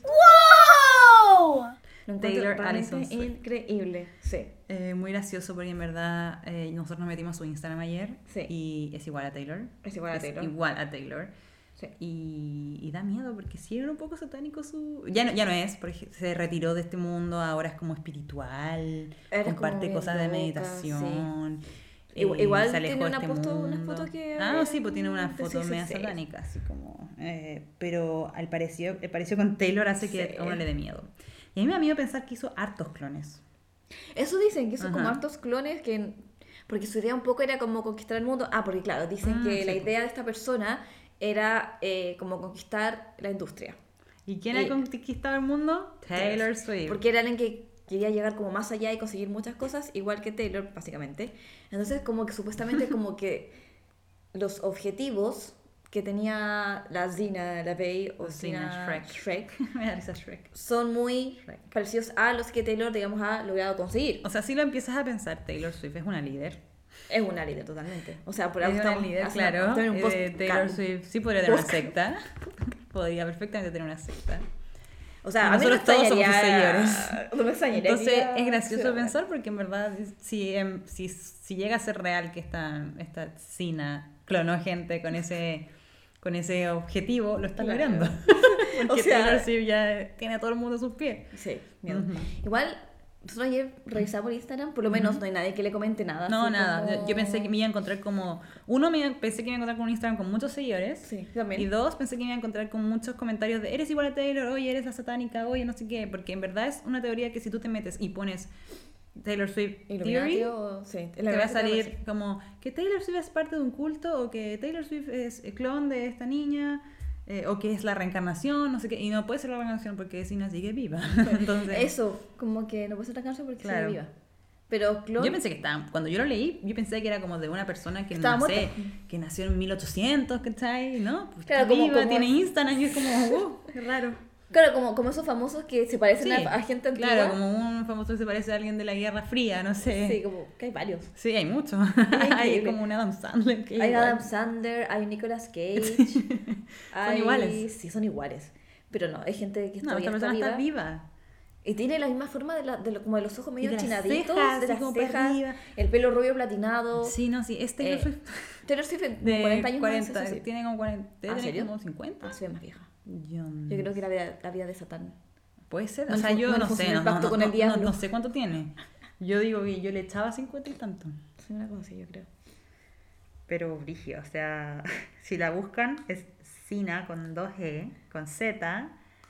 C: Lo encuentro
B: Taylor
C: realmente
B: Allison Swift.
C: increíble, sí.
B: Muy gracioso porque en verdad nosotros nos metimos a su Instagram ayer
C: Sí.
B: y es igual a Taylor.
C: Es igual a Taylor.
B: Igual a Taylor.
C: Sí.
B: Y da miedo porque sí era un poco satánico su... Ya no es, porque se retiró de este mundo, ahora es como espiritual,
C: Ahora es
B: comparte
C: como bien
B: cosas de
C: loca,
B: meditación.
C: Igual
B: se alejó
C: tiene
B: de
C: una
B: este
C: foto
B: mundo.
C: que...
B: Ah, sí, pues tiene una foto
C: sí,
B: media
C: sí.
B: satánica, así como... pero el parecido con Taylor hace que
C: Sí.
B: a uno le dé miedo. Y a mí me da miedo pensar que hizo hartos clones.
C: Eso dicen, que son como
B: Ajá.
C: hartos clones que... Porque su idea un poco era como conquistar el mundo. Ah, porque claro, dicen que
B: sí,
C: la
B: pues.
C: idea de esta persona era como conquistar la industria.
B: ¿Y quién
C: Y-
B: ha conquistado el mundo? Taylor Swift.
C: Porque era alguien que quería llegar como más allá y conseguir muchas cosas, igual que Taylor, básicamente. Entonces, como que supuestamente como que los objetivos que tenía la Zina LaVey o
B: Zina
C: Zina
B: Shrek. Me da risa Shrek.
C: son muy
B: Shrek.
C: parecidos a los que Taylor, digamos, ha logrado conseguir.
B: O sea, si lo empiezas a pensar, Taylor Swift es una líder.
C: Es una líder totalmente. O sea, por
B: Es
C: algo
B: una
C: estamos
B: líder,
C: haciendo-
B: claro.
C: estamos en un
B: Taylor
C: podcast.
B: Swift sí podría tener una
C: Podcast.
B: secta. Podría perfectamente tener una secta.
C: O sea,
B: Y
C: a mí
B: nosotros todos somos sus
C: extrañaría- No me extrañaría.
B: Entonces
C: que
B: es gracioso
C: sea-
B: pensar porque en verdad si llega a ser real que esta Zina clonó gente con ese objetivo, lo está
C: Claro.
B: logrando. Porque
C: O sea-
B: Taylor Swift ya tiene a todo el mundo a sus pies.
C: Sí, miedo.
B: Ujú.
C: Igual, nosotros ayer revisamos por Instagram, por lo menos no hay nadie que le comente nada.
B: No,
C: así
B: nada.
C: como-
B: Yo pensé que me iba a encontrar como... pensé que me iba a encontrar con un Instagram con muchos seguidores.
C: Sí, yo también.
B: Y dos, pensé que me iba a encontrar con muchos comentarios de eres igual a Taylor, oye, eres la satánica, oye, no sé qué. Porque en verdad es una teoría que si tú te metes y pones Taylor Swift
C: Illuminati
B: Theory,
C: o- sí,
B: te va a salir como que Taylor Swift es parte de un culto o que Taylor Swift es el clon de esta niña. O que es la reencarnación, no sé qué. Y no puede ser la reencarnación porque Zina sigue viva. Entonces,
C: Eso, como que no puede ser la canción porque
B: Claro.
C: sigue viva. Pero Clon...
B: yo pensé que estaba, cuando yo lo leí, yo pensé que era como de una persona que
C: Estaba
B: no sé,
C: muerta.
B: que nació en 1800, ¿cachai? ¿No? Pues
C: Claro,
B: está
C: como-
B: viva,
C: como-
B: tiene Instagram y es como, qué raro.
C: Claro, como esos famosos que se parecen
B: Sí,
C: a gente antigua.
B: claro, como un famoso que se parece a alguien de la Guerra Fría, no sé.
C: Sí, como que hay varios.
B: Sí, hay muchos. Hay
C: increíble.
B: como un Adam Sandler que es
C: Hay
B: igual.
C: Adam Sandler, hay Nicolas Cage. Hay-
B: iguales.
C: Sí, son iguales. Pero no, hay gente que
B: No,
C: todavía
B: esta persona
C: está
B: está viva.
C: Y tiene la misma forma como de los ojos medio
B: de las
C: achinaditos,
B: cejas,
C: de
B: así
C: las
B: como para
C: cejas,
B: arriba.
C: el pelo rubio platinado.
B: Sí, no, sí, es Taylor
C: Eh,
B: Swift.
C: Taylor Swift
B: De
C: 40 años
B: 40,
C: más, eso sí.
B: tiene como 40, debe tener
C: serio?
B: como 50.
C: Ah, se ve más vieja.
B: Yo
C: Yo creo que la vida de Satán.
B: Puede ser,
C: No
B: o
C: le
B: sea,
C: fun-
B: yo
C: no le
B: no sé,
C: funciona el
B: no,
C: pacto
B: no,
C: con
B: no,
C: el diablo.
B: no sé cuánto tiene. Yo digo que yo le echaba 50 y tanto.
C: Sí, una cosa así, yo creo.
B: Pero brígido, o sea, si la buscan es Zina con 2E, con Z,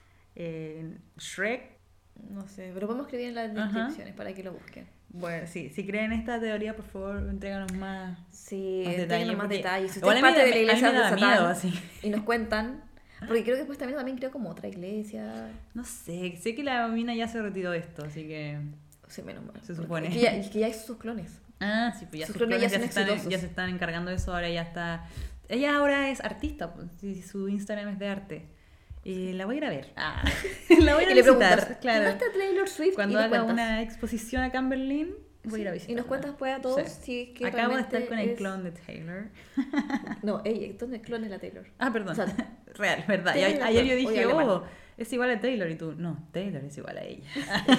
B: Shrek.
C: No sé, pero podemos escribir en las
B: Ajá.
C: descripciones para que lo busquen.
B: Bueno, sí, si creen esta teoría, por favor, entréganos más,
C: Sí,
B: más
C: tengan
B: detalles.
C: más
B: porque
C: detalles. Si
B: igual
C: usted es parte de la
B: a mí
C: iglesia
B: me
C: de
B: da
C: Satán
B: miedo, así.
C: y nos cuentan, Porque creo que después también creo como otra iglesia.
B: No sé que la mina ya se retiró de esto, así que...
C: Sí, menos mal.
B: Se supone.
C: Es que ya hizo sus clones.
B: Ah, sí, pues ya
C: Sus
B: sus
C: clones
B: clones
C: ya
B: ya,
C: son
B: se están,
C: exitosos.
B: ya se están encargando de eso, ahora ya está... Ella ahora es artista, pues, sí, su Instagram es de arte. Y la voy a ir a ver. La voy a ir
C: Y
B: a
C: le
B: visitar,
C: preguntas,
B: claro.
C: ¿quién está Taylor Swift?
B: Cuando
C: Y nos
B: haga
C: cuentas.
B: una exposición acá en Berlín, voy a ir a visitar.
C: Y nos cuentas pues a todos si es que
B: Acabo de
C: realmente
B: estar con el
C: es-
B: clon de Taylor.
C: No, ella, entonces el clon es la Taylor.
B: Ah, perdón.
C: O sea,
B: Real, verdad. Y
C: Taylor
B: ayer yo
C: Swift,
B: dije,
C: oye, alemán.
B: es igual a Taylor. Y tú, no, Taylor es igual a ella.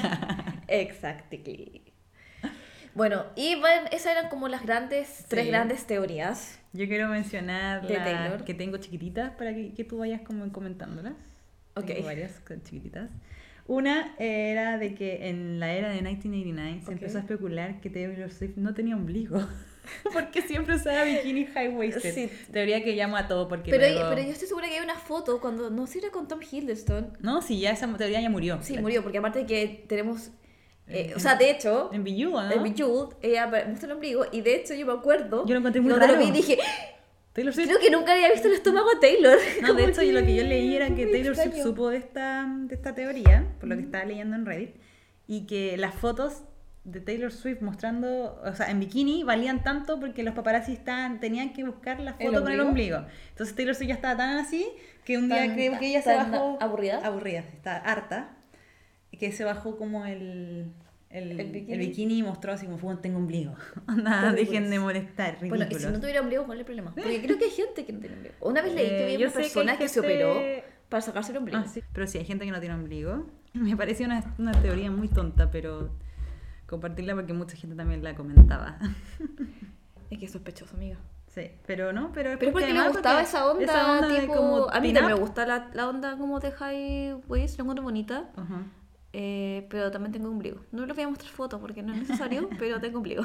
C: Exactly. Bueno, y bueno, esas eran como las tres
B: Sí.
C: grandes teorías.
B: Yo quiero mencionar
C: De
B: las
C: Taylor.
B: que tengo chiquititas para que tú vayas como comentándolas.
C: Ok.
B: Tengo varias chiquititas. Una era de que en la era de 1989 se
C: Ok.
B: empezó a especular que Taylor Swift no tenía ombligo. Porque siempre usaba bikini high-waisted.
C: Sí.
B: Teoría que llamo a todo porque
C: Pero,
B: luego...
C: pero yo estoy segura que hay una foto cuando, no sé si era con Tom Hiddleston.
B: No, sí, ya esa teoría ya murió.
C: Sí, murió, porque aparte que tenemos... o sea, de hecho,
B: En Bejeweled, ¿no?
C: en Bejeweled, ella muestra el ombligo y de hecho yo me acuerdo...
B: Yo lo encontré muy
C: cuando
B: raro.
C: lo vi dije,
B: Taylor Swift.
C: creo que nunca había visto el estómago a Taylor.
B: No, de
C: Como
B: hecho, lo que yo leí era que
C: muy
B: Taylor Swift
C: extraño.
B: supo de esta teoría, por lo que estaba leyendo en Reddit, y que las fotos de Taylor Swift mostrando, o sea, en bikini, valían tanto porque los paparazzi tenían que buscar la
C: ¿El
B: foto con el
C: ombligo?
B: ombligo. Entonces Taylor Swift ya estaba tan así que un día
C: Tan-
B: creo que ella se
C: tan
B: bajó...
C: ¿aburrida?
B: Aburrida, está harta. Que se bajó como el
C: bikini.
B: bikini y mostró así como, tengo ombligo. Anda,
C: Terribles.
B: dejen de molestar, ridículos.
C: Bueno, y si no tuviera ombligo, ¿cuál es el problema? Porque creo que hay gente que no tiene ombligo. Una vez leí que había
B: yo
C: una
B: sé que
C: persona
B: hay
C: que se
B: gente-
C: operó para sacarse el ombligo.
B: Ah, sí. Pero sí, hay gente que no tiene ombligo. Me pareció una teoría muy tonta, pero compartirla porque mucha gente también la comentaba.
C: Es que es sospechoso, amiga.
B: Sí, pero no, pero es
C: Pero es porque le
B: además
C: gustaba
B: porque
C: esa onda,
B: de
C: tipo...
B: como
C: A mí
B: pin
C: también me
B: up.
C: gusta la onda como de high waist, la encuentro bonita.
B: Ajá.
C: Pero también tengo ombligo. No les voy a mostrar fotos porque no es necesario, pero tengo ombligo.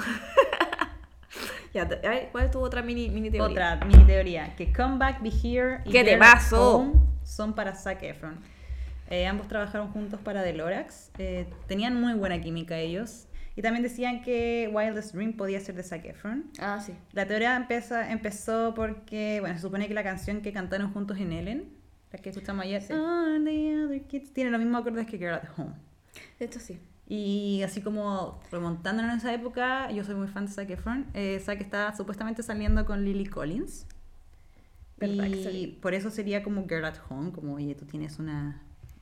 C: Ya, a ver, ¿cuál es tu otra mini teoría?
B: Otra mini teoría, que Come Back, Be Here y
C: ¡Qué
B: Get
C: temazo!
B: Home son para Zac Efron. Ambos trabajaron juntos para The Lorax. Tenían muy buena química ellos. Y también decían que Wildest Dream podía ser de Zac Efron.
C: Ah, sí.
B: La teoría empezó porque, bueno, se supone que la canción que cantaron juntos en Ellen, la que escuchamos ayer,
C: Sí.
B: All the Other Kids, tiene los mismos acordes que Girl at Home.
C: De hecho, sí.
B: Y así como remontándonos en esa época, yo soy muy fan de Zac Efron. Zac estaba supuestamente saliendo con Lily Collins.
C: ¿Verdad que
B: Y
C: sí?
B: por eso sería como Girl at Home, como, oye, tú tienes una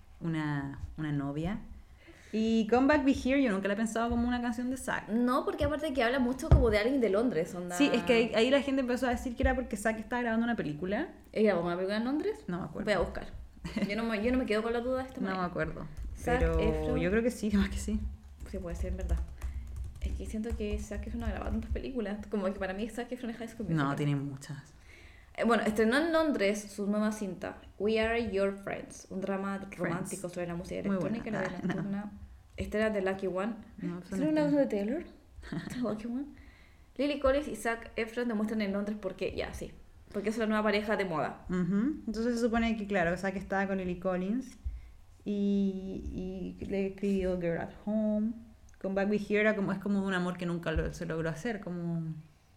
B: novia. Y Come Back, Be Here, yo nunca la he pensado como una canción de Zac.
C: No, porque aparte que habla mucho como de alguien de Londres, onda...
B: Sí, es que ahí la gente empezó a decir que era porque Zac estaba grabando una película.
C: ¿Ella grabó una película en Londres?
B: No me acuerdo.
C: Voy a buscar. Yo no me quedo con la duda de esta
B: No me
C: manera.
B: acuerdo.
C: Zac
B: Pero
C: Efron.
B: yo creo que sí, más que sí.
C: Sí, puede ser, en verdad. Es que siento que Zac Efron ha grabado tantas películas. Como que para mí Zac Efron es High School Musical.
B: No, tiene muchas.
C: Bueno, estrenó en Londres su nueva cinta, We Are Your Friends, un drama romántico sobre la música
B: Muy
C: electrónica y la
B: buena.
C: vida nocturna. Esta era de Lucky One.
B: No,
C: ¿Es una canción de Taylor? Lucky One. Lily Collins y Zac Efron demuestran en Londres porque, ya, sí, porque es la nueva pareja de moda.
B: Ujú. Entonces se supone que, claro, Zac estaba con Lily Collins y le escribió Girl at Home. Con Back Be Here era es como un amor que nunca se logró hacer, como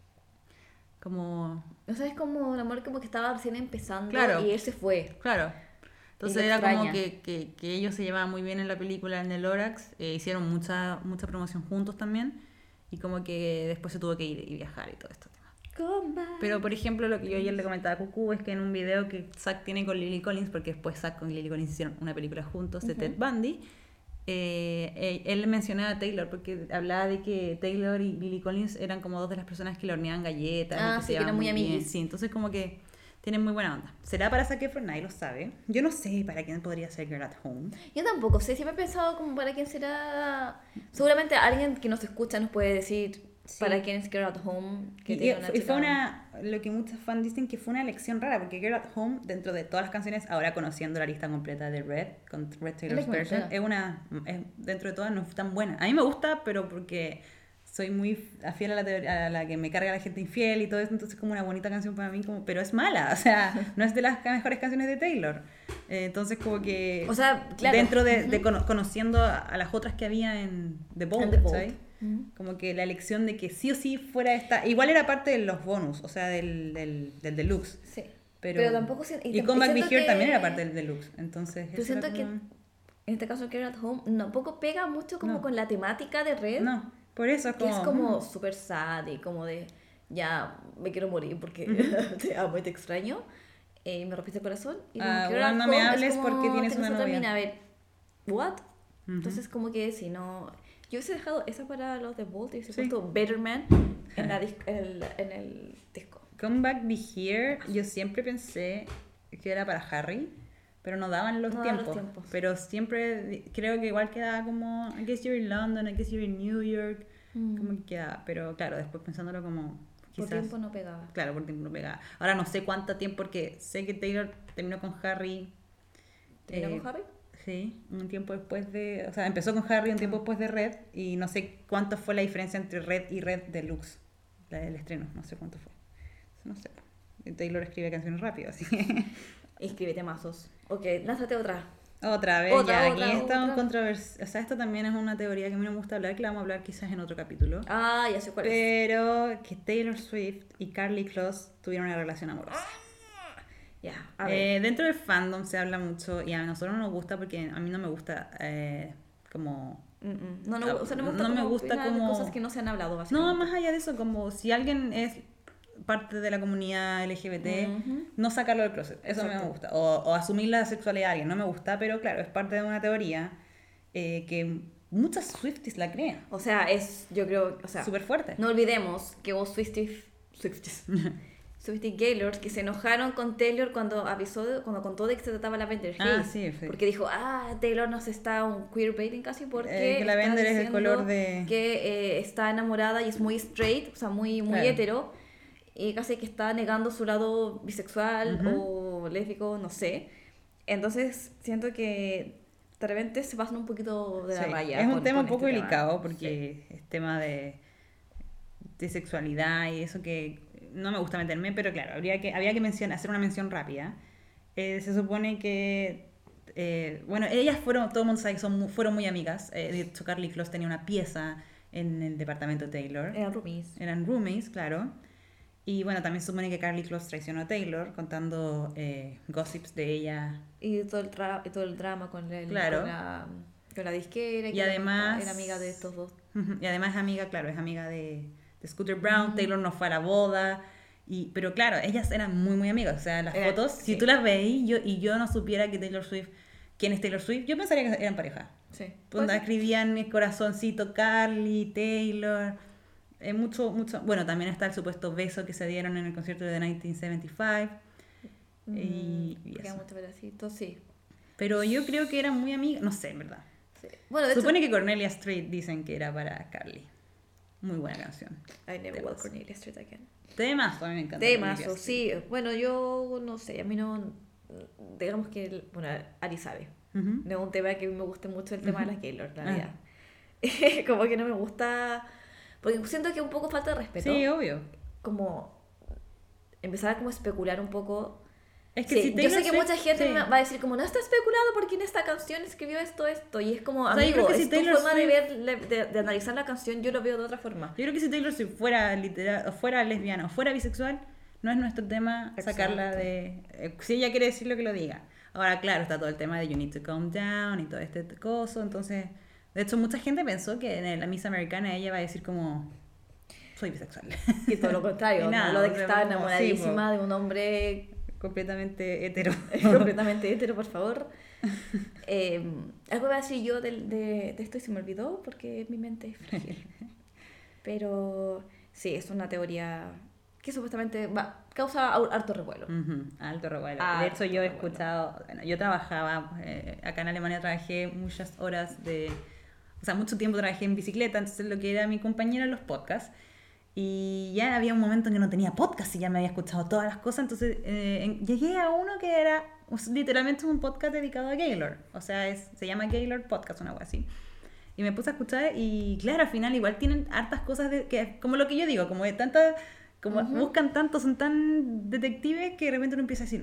C: O sea, es como un amor como que estaba recién empezando
B: Claro.
C: y él se fue.
B: claro. Entonces
C: lo
B: era como
C: extraña.
B: que ellos se llevaban muy bien en la película en el Lorax, hicieron mucha promoción juntos también y como que después se tuvo que ir y viajar y todo esto.
C: Come back.
B: Pero, por ejemplo, lo que yo ayer le comentaba a Cucu es que en un video que Zac tiene con Lily Collins, porque después Zac con Lily Collins hicieron una película juntos de Ted Bundy, él mencionaba a Taylor porque hablaba de que Taylor y Lily Collins eran como dos de las personas que le horneaban galletas.
C: Ah,
B: y
C: sí,
B: se
C: que eran
B: llevaban
C: muy
B: bien.
C: amiguis.
B: Sí, entonces como que tienen muy buena onda. ¿Será para Zac Efron? Nadie lo sabe. Yo no sé para quién podría ser Girl at Home.
C: Yo tampoco sé, siempre he pensado como para quién será... Seguramente alguien que nos escucha nos puede decir para quién es Girl at Home. Que
B: Y
C: tiene una
B: fue
C: chica-
B: lo que muchos fans dicen que fue una elección rara, porque Girl at Home, dentro de todas las canciones, ahora conociendo la lista completa de Red, con Red Taylor's
C: Es muy
B: version,
C: buena.
B: dentro de todas no es tan buena. A mí me gusta, pero porque soy muy fiel a la teoría, a la que me carga la gente infiel y todo eso, entonces es como una bonita canción para mí, pero es mala, o sea, no es de las mejores canciones de Taylor. Entonces como que
C: O sea, claro.
B: dentro de conociendo a las otras que había en The Bold,
C: En The Bold.
B: ¿sabes? Como que la elección de que sí o sí fuera esta, igual era parte de los bonus, o sea, del deluxe,
C: Sí. Pero tampoco
B: y Comeback Be
C: siento
B: Here
C: que-
B: también era parte del deluxe, entonces...
C: Pero
B: eso era
C: siento que
B: como-
C: en este caso Care at Home tampoco pega mucho como
B: No.
C: con la temática de Red.
B: No, por eso es
C: Que
B: como...
C: es como súper sad y como de ya me quiero morir porque te amo y te extraño. Me rompiste el corazón. Y como
B: Ah,
C: Care
B: bueno,
C: at
B: no me
C: Home es
B: hables
C: como,
B: porque tienes una
C: otra
B: novia.
C: mina. A ver, ¿what? Entonces como que si no... Yo hubiese dejado esa para los de Bolt y hubiese
B: Sí.
C: puesto Better Man en el disco.
B: Comeback Be Here, yo siempre pensé que era para Harry, pero no daban los,
C: No daban
B: tiempos.
C: los tiempos.
B: Pero siempre creo que igual quedaba como I guess you're in London, I guess you're in New York, como que quedaba. Pero claro, después pensándolo como
C: Por
B: quizás...
C: tiempo no pegaba.
B: Claro, por tiempo no pegaba. Ahora no sé cuánto tiempo, porque sé que Taylor terminó con Harry.
C: ¿Terminó con Harry?
B: Sí, un tiempo después de... O sea, empezó con Harry un tiempo después de Red, y no sé cuánto fue la diferencia entre Red y Red Deluxe, la del estreno, no sé cuánto fue. No sé. Taylor escribe canciones rápido, así que...
C: Escríbete mazos. Ok, lánzate otra.
B: Otra vez,
C: Otra,
B: ya,
C: otra,
B: aquí está un
C: otra.
B: controversia. O sea, esto también es una teoría que a mí no me gusta hablar, que la vamos a hablar quizás en otro capítulo.
C: Ah, ya sé cuál es.
B: Pero que Taylor Swift y Karlie Kloss tuvieron una relación amorosa.
C: Ya, a ver.
B: Dentro del fandom se habla mucho y a nosotros no nos gusta porque a mí no me gusta como...
C: No, no, o sea, no me gusta,
B: no me
C: como
B: gusta
C: opinar de
B: como-
C: cosas que no se han hablado, básicamente.
B: No, más allá de eso, como si alguien es parte de la comunidad LGBT, no sacarlo del closet, eso no me
C: Exacto.
B: gusta. O asumir la sexualidad de alguien, no me gusta, pero claro, es parte de una teoría que muchas Swifties la creen.
C: O sea, yo creo, o sea,
B: Súper fuerte.
C: no olvidemos que hubo Swifties Gaylord que se enojaron con Taylor cuando contó de que se trataba la Vender
B: Ah,
C: Haze.
B: sí, sí.
C: Porque dijo, Taylor nos está un queerbaiting casi porque
B: que la
C: está
B: Vender es el
C: diciendo
B: color de...
C: que está enamorada y es muy straight, o sea, muy
B: Claro.
C: hetero, y casi que está negando su lado bisexual o lésbico, no sé. Entonces, siento que de repente se pasan un poquito de la
B: Sí,
C: raya.
B: es un
C: con
B: tema un
C: este
B: poco
C: tema.
B: delicado porque es tema de sexualidad y eso que no me gusta meterme, pero claro, había que hacer una mención rápida. Se supone que, bueno, ellas fueron, todo el mundo sabe que fueron muy amigas. De hecho, Karlie Kloss tenía una pieza en el departamento de Taylor.
C: Eran roomies.
B: Eran roommates, claro. Y bueno, también se supone que Karlie Kloss traicionó a Taylor contando gossips de ella.
C: Y todo el drama con
B: Claro.
C: con la disquera.
B: Y
C: que
B: además-
C: era amiga de estos dos.
B: Y además es amiga, claro, es amiga de Scooter Braun. Taylor no fue a la boda. Pero claro, ellas eran muy, muy amigas. O sea, las
C: Eran-
B: fotos, si
C: sí.
B: tú las veis y yo no supiera que Taylor Swift, quién es Taylor Swift, yo pensaría que eran pareja.
C: Sí.
B: Donde escribían el corazoncito Carly, Taylor. Mucho. Bueno, también está el supuesto beso que se dieron en el concierto de 1975. Y
C: Queda
B: eso.
C: mucho pedacito, sí.
B: Pero yo creo que eran muy amigas. No sé, en verdad.
C: Sí. Bueno, de
B: Supone que Cornelia Street dicen que era para Carly. Muy buena canción.
C: hecho, I never
B: Temas.
C: will Cornelia Street again.
B: Temazo, a mí me encanta.
C: Temas,
B: Cornelia
C: o sí. Bueno, yo no sé, a mí no... Digamos que, bueno, Ari sabe.
B: Ujú.
C: No es un tema que me guste mucho el tema de las Gaylord, la
B: Ah.
C: verdad. Como que no me gusta... Porque siento que un poco falta de respeto.
B: Sí, obvio.
C: Como empezar a como especular un poco.
B: Es que
C: Sí,
B: si
C: yo
B: Taylor
C: sé que
B: Swift-
C: mucha gente
B: sí.
C: me va a decir como no está especulado porque en esta canción escribió esto, y es como,
B: sea, yo
C: amigo,
B: creo que si
C: es tu
B: Taylor
C: forma de
B: Swift-
C: ver, de analizar la canción, yo lo veo de otra forma.
B: Yo creo que si Taylor Swift fuera literal, o fuera lesbiana o fuera bisexual, no es nuestro tema
C: Exacto.
B: sacarla de... si ella quiere decir lo que lo diga. Ahora, claro, está todo el tema de You Need to Calm Down y todo este coso, entonces... De hecho, mucha gente pensó que en la Miss Americana ella iba a decir como... Soy bisexual.
C: Y todo lo contrario,
B: Y nada,
C: ¿no? Lo de
B: o
C: que
B: sea,
C: estaba
B: como,
C: enamoradísima de un hombre
B: Completamente hetero.
C: completamente hetero, por favor. Algo voy a decir yo de esto y se me olvidó porque mi mente es frágil. Pero sí, es una teoría que supuestamente causa harto revuelo.
B: Ujú, alto revuelo. De
C: Alto
B: hecho, yo he
C: revuelo.
B: escuchado, bueno, yo trabajaba, acá en Alemania trabajé muchas horas o sea, mucho tiempo trabajé en bicicleta, entonces lo que era mi compañera en los podcasts, y ya había un momento en que no tenía podcast y ya me había escuchado todas las cosas, entonces llegué a uno que era literalmente un podcast dedicado a Gaylord, o sea, se llama Gaylord Podcast, una cosa así. Y me puse a escuchar y claro, al final igual tienen hartas cosas que como lo que yo digo, como de tantas... Como buscan tanto, son tan detectives que de repente uno empieza a decir,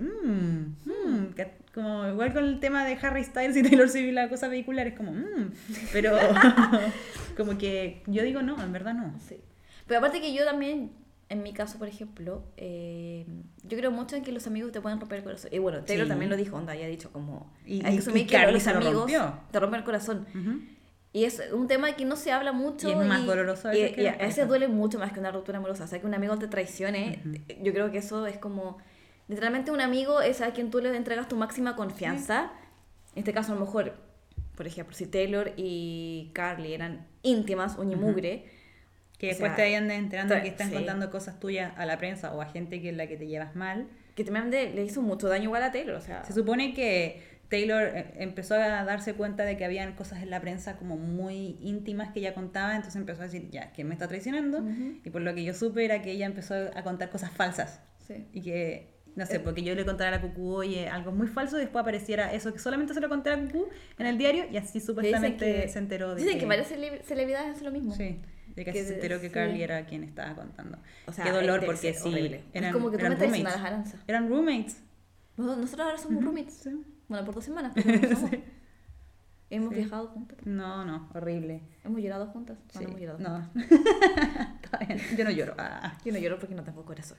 B: como igual con el tema de Harry Styles y Taylor Swift y la cosa vehicular, es como, pero como que yo digo no, en verdad no.
C: Sí. Pero aparte que yo también en mi caso, por ejemplo, yo creo mucho en que los amigos te pueden romper el corazón. Y bueno, Taylor
B: Sí.
C: también lo dijo, onda, ya ha dicho como...
B: Y
C: hay que asumir que
B: Carly
C: los
B: se lo
C: amigos
B: rompió.
C: te rompen el corazón.
B: Ujú.
C: Y es un tema que no se habla mucho.
B: Y es más doloroso a veces que
C: y
B: la
C: a veces
B: pareja.
C: duele mucho más que una ruptura amorosa. O sea, que un amigo te traicione, yo creo que eso es como... Literalmente un amigo es a quien tú le entregas tu máxima confianza. En este caso, a lo mejor, por ejemplo, si Taylor y Carly eran íntimas, uña y mugre,
B: Que
C: o
B: después
C: sea,
B: te vayan enterando
C: tra-
B: que están
C: sí.
B: contando cosas tuyas a la prensa o a gente que es la que te llevas mal.
C: que también le hizo mucho daño igual a Taylor. O sea,
B: Se supone que Taylor empezó a darse cuenta de que habían cosas en la prensa como muy íntimas que ella contaba, entonces empezó a decir, ya, ¿quién me está traicionando? Y por lo que yo supe era que ella empezó a contar cosas falsas.
C: sí.
B: Y que, no sé, porque yo le contara a la Cucú, oye, algo muy falso, y después apareciera eso que solamente se lo conté a la Cucú en el diario, y así supuestamente se enteró de
C: dicen que varias celebridades hacen lo mismo.
B: Sí, de que
C: Que
B: así se enteró que
C: sí.
B: Carly era quien estaba contando.
C: O sea,
B: Qué dolor,
C: debe
B: porque
C: ser
B: sí,
C: horrible.
B: eran,
C: es como que tú me
B: eran
C: traicionas,
B: roommates.
C: Aranza.
B: Eran roommates.
C: Nosotros ahora somos roommates.
B: Sí.
C: Bueno, por 2 semanas, pero no somos. Hemos
B: Sí.
C: viajado juntas.
B: No, horrible.
C: Hemos llorado juntas. No,
B: Sí.
C: no hemos llorado
B: No.
C: juntas.
B: Está bien, yo no lloro. Ah.
C: Yo no lloro porque no tengo corazón.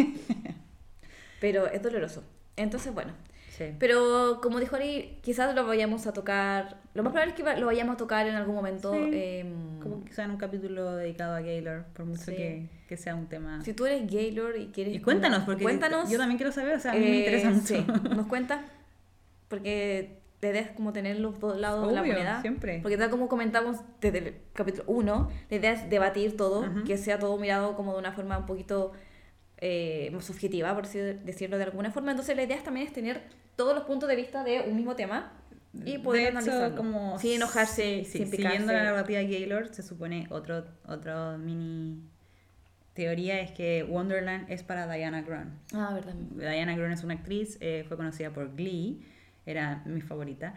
C: Pero es doloroso. Entonces, bueno.
B: Sí.
C: Pero como dijo Ari, quizás lo vayamos a tocar. Lo más probable es que lo vayamos a tocar en algún momento.
B: Sí. Como que sea en un capítulo dedicado a Gaylor, por mucho
C: Sí.
B: que sea un tema.
C: Si tú eres Gaylor y quieres.
B: Y cuéntanos, porque
C: cuéntanos,
B: yo también quiero saber, o sea, a mí me interesa mucho.
C: Sí, nos cuentas. Porque la idea es como tener los dos lados de la
B: Obvio,
C: moneda.
B: siempre.
C: Porque tal como comentamos desde el capítulo 1, la idea es debatir todo,
B: Ujú.
C: que sea todo mirado como de una forma un poquito más subjetiva, por así decirlo de alguna forma. Entonces la idea también es tener todos los puntos de vista de un mismo tema y poder
B: De hecho,
C: analizarlo.
B: como
C: sin enojarse,
B: sí,
C: sin picarse.
B: siguiendo la narrativa de Gaylor, se supone otro mini teoría es que Wonderland es para Diana Agron.
C: Ah, verdad.
B: Diana Agron es una actriz, fue conocida por Glee, era mi favorita,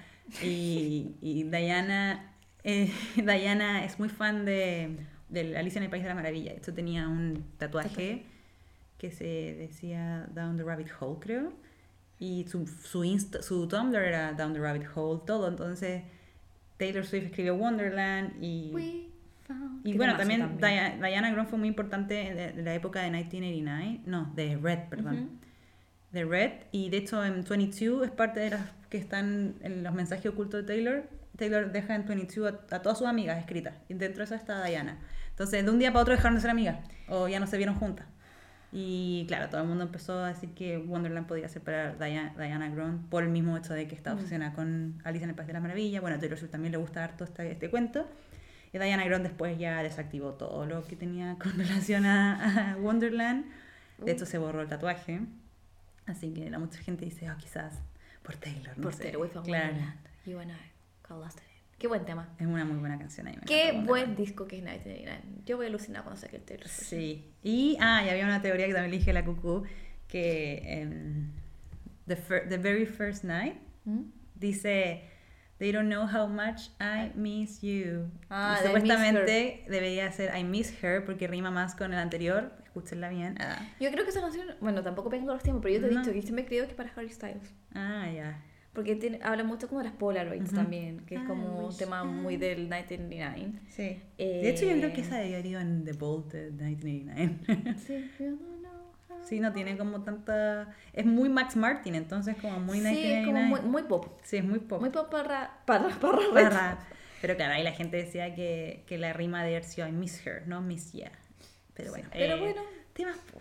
B: y Diana Diana es muy fan de Alicia en el País de la Maravilla. Esto tenía un tatuaje que se decía Down the Rabbit Hole, creo, y su Tumblr era Down the Rabbit Hole, todo. Entonces Taylor Swift escribió Wonderland y
C: Qué
B: bueno,
C: temazo
B: también Diana Agron fue muy importante en la época de 1989, no, de Red, perdón.
C: Ujú.
B: De Red, y de hecho en 22 es parte de las que están en los mensajes ocultos de Taylor. Taylor deja en 22 a todas sus amigas escritas, y dentro de eso está Diana. Entonces de un día para otro dejaron de ser amigas, o ya no se vieron juntas. Y claro, todo el mundo empezó a decir que Wonderland podía ser para Diana Agron por el mismo hecho de que está obsesionada con Alicia en el País de la Maravilla. Bueno, a Taylor Swift también le gusta harto este cuento. Y Diana Agron después ya desactivó todo lo que tenía con relación a Wonderland. De hecho, se borró el tatuaje. Así que mucha gente dice, quizás por Taylor, no
C: Por
B: sé.
C: Taylor, We Found
B: Claro.
C: Wonderland. You and I got lost in it. Qué buen tema.
B: Es una muy buena canción. A mí me
C: Qué
B: encanta
C: buen
B: Wonderland.
C: disco que es 1989. Yo voy a alucinar cuando saque el Taylor Swift.
B: Sí. Y había una teoría que también le dije a la Cucú, que the very first night
C: ¿Mm?
B: dice, they don't know how much I miss you.
C: Ah,
B: Y
C: de
B: supuestamente debería ser I miss her porque rima más con el anterior. Escúchenla bien.
C: Yo creo que esa canción, bueno, tampoco vengo los tiempos, pero yo te he
B: No.
C: dicho que siempre creo que es para Harry Styles.
B: Ya.
C: Porque habla mucho como de las Polaroids
B: Ujú.
C: también, que es
B: I
C: como un
B: wish
C: tema muy del 1999.
B: Sí. De hecho, yo creo que esa debió ir en The Bolt de 1989.
C: Sí, you don't know how-
B: Sí, no tiene como tanta... Es muy Max Martin, entonces como muy
C: Sí, es
B: 1999.
C: como muy pop.
B: Sí, es muy pop.
C: Muy pop para
B: Barra. Pero claro, ahí la gente decía que la rima de haber sido I miss her, no miss ya. Pero
C: Sí,
B: bueno.
C: pero bueno.
B: Temas po.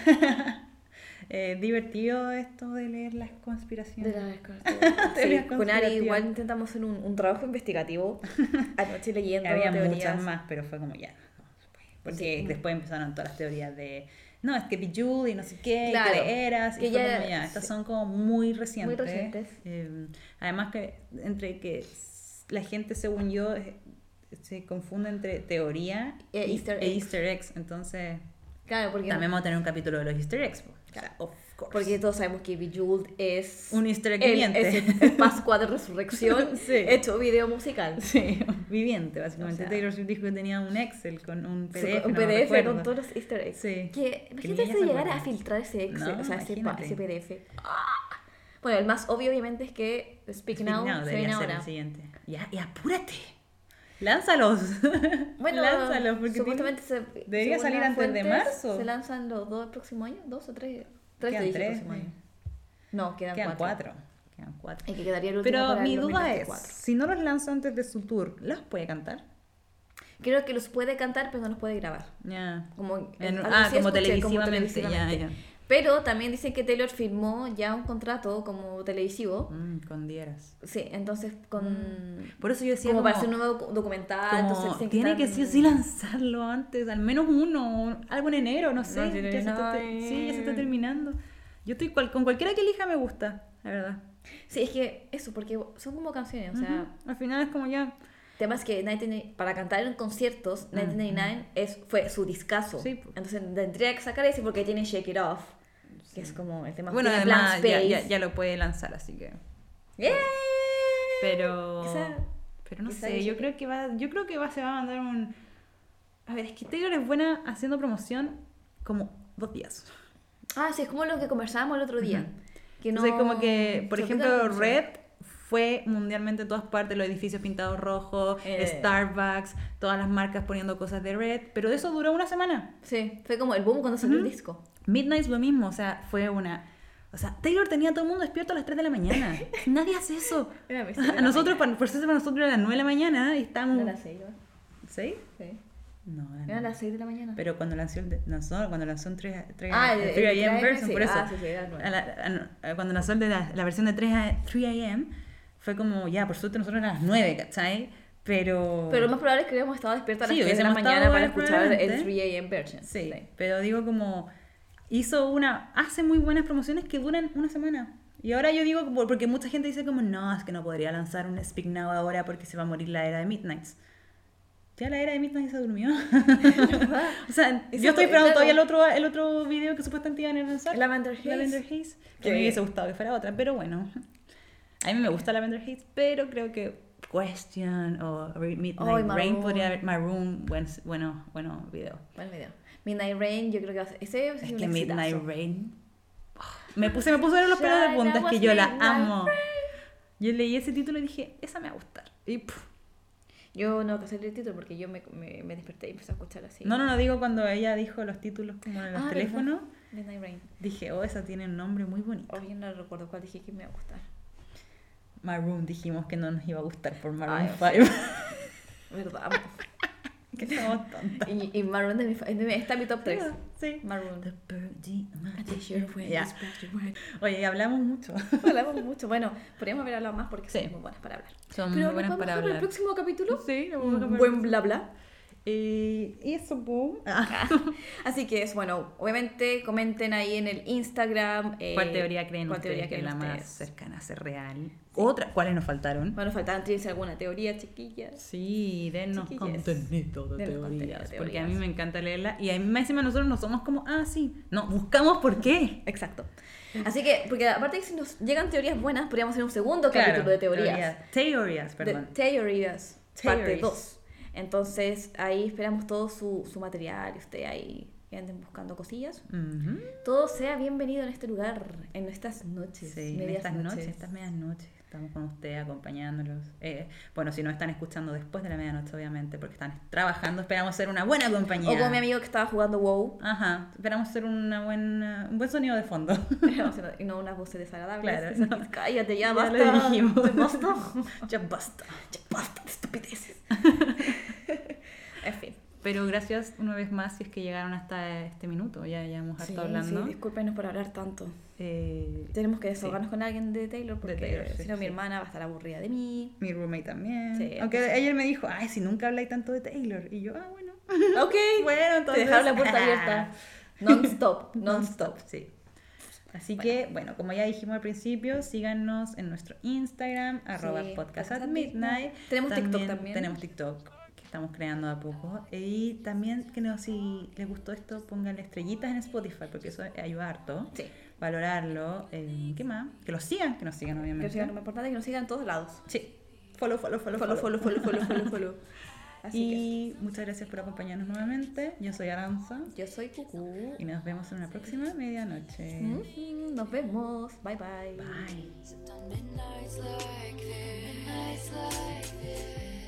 B: Divertido esto de leer las conspiraciones.
C: De las
B: Teorías
C: sí, con Ari
B: conspirativas.
C: igual intentamos hacer un trabajo investigativo. Anoche leyendo
B: Había
C: teorías.
B: muchas más, pero fue como ya. no se puede. Porque
C: Sí.
B: después empezaron todas las teorías de no, es que Bejeweled y no sé qué,
C: Claro,
B: que de eras,
C: que
B: y fue
C: ya-
B: como ya, estas
C: sí.
B: son como muy recientes.
C: Muy recientes.
B: Además que entre que la gente, según yo, se confunde entre teoría
C: E easter eggs.
B: easter eggs. Entonces,
C: Claro, porque,
B: también vamos a tener un capítulo de los easter eggs. Po.
C: Claro.
B: O sea, of course.
C: porque todos sabemos que Bejeweled es
B: Un easter egg viviente.
C: es el Pascua de Resurrección
B: Sí.
C: hecho video musical.
B: Sí, viviente, básicamente.
C: O sea,
B: Taylor Swift dijo que tenía un Excel con un
C: Su-
B: PDF.
C: un
B: no me
C: PDF
B: recuerdo.
C: con todos los easter eggs.
B: Sí.
C: Que
B: ni
C: imagínate
B: ella
C: si
B: se
C: llegara
B: acuerda.
C: a filtrar ese Excel,
B: No,
C: o sea, ese
B: imagínate.
C: PDF. Bueno, el más obvio obviamente es que Speak, Now, se
B: debería
C: viene
B: ser
C: ahora.
B: el siguiente. Ya, y apúrate. Lánzalos.
C: Bueno,
B: Lánzalos, porque
C: supuestamente
B: debería
C: según
B: salir
C: las
B: antes de
C: fuentes,
B: marzo.
C: ¿Se lanzan los 2 el próximo año? ¿2 o 3? 3
B: Quedan
C: te dije el
B: 3.
C: próximo año. No, quedan
B: Quedan
C: 4.
B: 4. Quedan 4.
C: Y que quedaría el último
B: Pero
C: para el
B: mi duda
C: 2024.
B: es, si no los lanza antes de su tour, ¿los puede cantar?
C: Creo que los puede cantar, pero no los puede grabar.
B: Ya.
C: Como,
B: Como
C: escuché,
B: televisivamente, ya.
C: Pero también dicen que Taylor firmó ya un contrato como televisivo.
B: Con Dieras.
C: Sí, entonces con...
B: Por eso yo decía
C: Como para hacer un nuevo documental. Entonces dicen
B: tiene
C: están-
B: que sí o sí lanzarlo antes, al menos uno, algo en enero, no sé.
C: No,
B: Ya se está, sí, ya se está terminando. Yo estoy con cualquiera que elija me gusta, la verdad.
C: Sí, es que eso, porque son como canciones, o sea...
B: Al final es como ya...
C: Temas que para cantar en conciertos, 1999 fue su discazo.
B: Sí.
C: Entonces tendría que sacar ese porque tiene Shake It Off, que es como el tema.
B: Bueno,
C: tiene
B: además
C: Blank Space.
B: ya lo puede lanzar, así que...
C: ¡Yeah!
B: Pero no
C: quizá
B: sé, yo creo que se va a mandar un... A ver, es que Taylor es buena haciendo promoción como 2 días.
C: Ah, sí, es como lo que conversábamos el otro día. Que no...
B: Entonces, como que, por
C: se olvida
B: ejemplo,
C: la promoción.
B: Red fue mundialmente en todas partes, los edificios pintados rojos, Starbucks, todas las marcas poniendo cosas de Red, pero eso duró una semana.
C: Sí, fue como el boom cuando salió el disco.
B: Midnight lo mismo, o sea, fue una... O sea, Taylor tenía a todo el mundo despierto a las 3 de la mañana. Nadie hace eso.
C: Era mis
B: A nosotros, por eso para nosotros era las 9 de la mañana y estábamos...
C: Era las 6, ¿no?
B: ¿6?
C: Sí.
B: No,
C: Era las 6 de la mañana.
B: Pero cuando lanzó en 3
C: Ah, el
B: 3 AM version,
C: sí.
B: por eso.
C: Ah, sí, era el nueve.
B: Cuando lanzó la versión de 3 AM, fue como, ya, por suerte nosotros eran las 9, ¿cachai? Pero
C: Pero lo más probable es que hubiéramos estado despiertos a las
B: Sí,
C: 3 de la
B: hubiésemos
C: mañana
B: estado
C: para escuchar el
B: probablemente.
C: 3 AM version.
B: Sí, pero digo como, hace muy buenas promociones que duran una semana. Y ahora yo digo, porque mucha gente dice como, no, es que no podría lanzar un Speak Now ahora porque se va a morir la era de Midnights. Ya la era de Midnight se durmió. O sea,
C: Eso
B: yo estoy
C: fue,
B: esperando
C: claro.
B: todavía el otro video que supuestamente iban a lanzar.
C: Lavender Haze.
B: Lavender Haze. Que
C: Sí.
B: me hubiese gustado que fuera otra, pero bueno. A mí me gusta Lavender Haze, pero creo que Question o Midnight
C: Ay,
B: Rain
C: Maroon.
B: podría haber... Maroon, bueno video.
C: Buen video. Midnight Rain, yo creo que va a ser... Ese va a ser
B: Es
C: un
B: que
C: exitazo.
B: Midnight Rain... Me puse los pelos de punta, es que yo la amo. Yo leí ese título y dije, esa me va a gustar. Y puf.
C: Yo no casé el título porque yo me desperté y empecé a escuchar así.
B: No, digo cuando ella dijo los títulos como en los
C: Ah,
B: teléfonos.
C: ¿verdad? Midnight Rain.
B: Dije, esa tiene un nombre muy bonito.
C: Hoy no recuerdo cuál dije que me iba a gustar.
B: Maroon, dijimos que no nos iba a gustar por Maroon
C: Ay,
B: 5.
C: ¿Verdad?
B: Que somos tontas.
C: y Maroon está en mi top 3.
B: Sí.
C: Maroon.
B: The birdie
C: A t-shirt when
B: Ya.
C: it's past your word.
B: Oye, y hablamos mucho.
C: Hablamos mucho. Bueno, podríamos haber hablado más porque
B: Sí.
C: somos muy buenas para hablar.
B: Son
C: Pero
B: muy buenas
C: nos vamos
B: para
C: a ver el
B: hablar.
C: próximo capítulo.
B: Sí, lo
C: Un
B: vamos a ver.
C: buen bla bla.
B: Y eso, boom.
C: Así que es bueno, obviamente comenten ahí en el Instagram.
B: ¿Cuál teoría creen
C: ¿cuál
B: ustedes
C: teoría
B: que es
C: creen
B: la más
C: ustedes?
B: cercana a ser real? ¿Cuáles nos faltaron?
C: Bueno, faltaban tienes alguna teoría, chiquillas.
B: Sí, dennos
C: Chiquillas.
B: contenido de
C: Denos contenido
B: teorías.
C: de
B: Porque a
C: teorías.
B: mí me encanta leerla. Y a mí encima nosotros no somos como, sí. No, buscamos por qué.
C: Exacto. Así que, porque aparte de que si nos llegan teorías buenas, podríamos hacer un segundo capítulo de teorías.
B: Teorías, perdón.
C: De teorías. Parte
B: Theories.
C: 2. Entonces, ahí esperamos todo su material y usted ahí que anden buscando cosillas.
B: Ujú.
C: Todo sea bienvenido en este lugar, en estas noches.
B: Sí, en
C: medias
B: estas noches, estas medias noches, estamos con ustedes acompañándolos. Bueno, si nos están escuchando después de la medianoche, obviamente, porque están trabajando, esperamos ser una buena compañía.
C: O como mi amigo que estaba jugando WoW.
B: Ajun, esperamos ser un buen sonido de fondo.
C: Y no unas voces desagradables.
B: Claro,
C: Así
B: no.
C: que cállate, ya
B: Ya
C: basta.
B: lo dijimos.
C: Ya basta.
B: Ya basta.
C: Ya basta de estupideces. En fin.
B: Pero gracias una vez más si es que llegaron hasta este minuto. Ya hemos
C: Sí,
B: estado hablando.
C: sí, discúlpenos por hablar tanto.
B: Eh,
C: Tenemos que desahogarnos con alguien de Taylor porque
B: Taylor, sí,
C: si no mi
B: sí.
C: hermana va a estar aburrida de mí.
B: Mi roommate también.
C: Sí,
B: Aunque
C: entonces-
B: ayer me dijo, si nunca habláis tanto de Taylor. Y yo, bueno.
C: Ok.
B: Bueno, entonces.
C: Te dejaron la puerta abierta. Non-stop. Non-stop.
B: Sí. Así que, bueno, como ya dijimos al principio, síganos en nuestro Instagram,
C: Sí,
B: @podcast@midnight.
C: Tenemos TikTok también.
B: Tenemos TikTok, que estamos creando de a poco. Y también, si les gustó esto, pónganle estrellitas en Spotify, porque eso ayuda harto.
C: Sí.
B: Valorarlo. ¿Qué más? Que nos sigan
C: Que
B: obviamente.
C: nos sigan, lo más importante es que nos sigan en todos lados.
B: Sí. Follow.
C: Follow. Así
B: Y muchas gracias por acompañarnos nuevamente. Yo soy Aranza.
C: que yo soy Cucú.
B: Y nos vemos en una próxima medianoche.
C: Nos vemos. Bye bye.
B: Bye.
A: Midnights like this.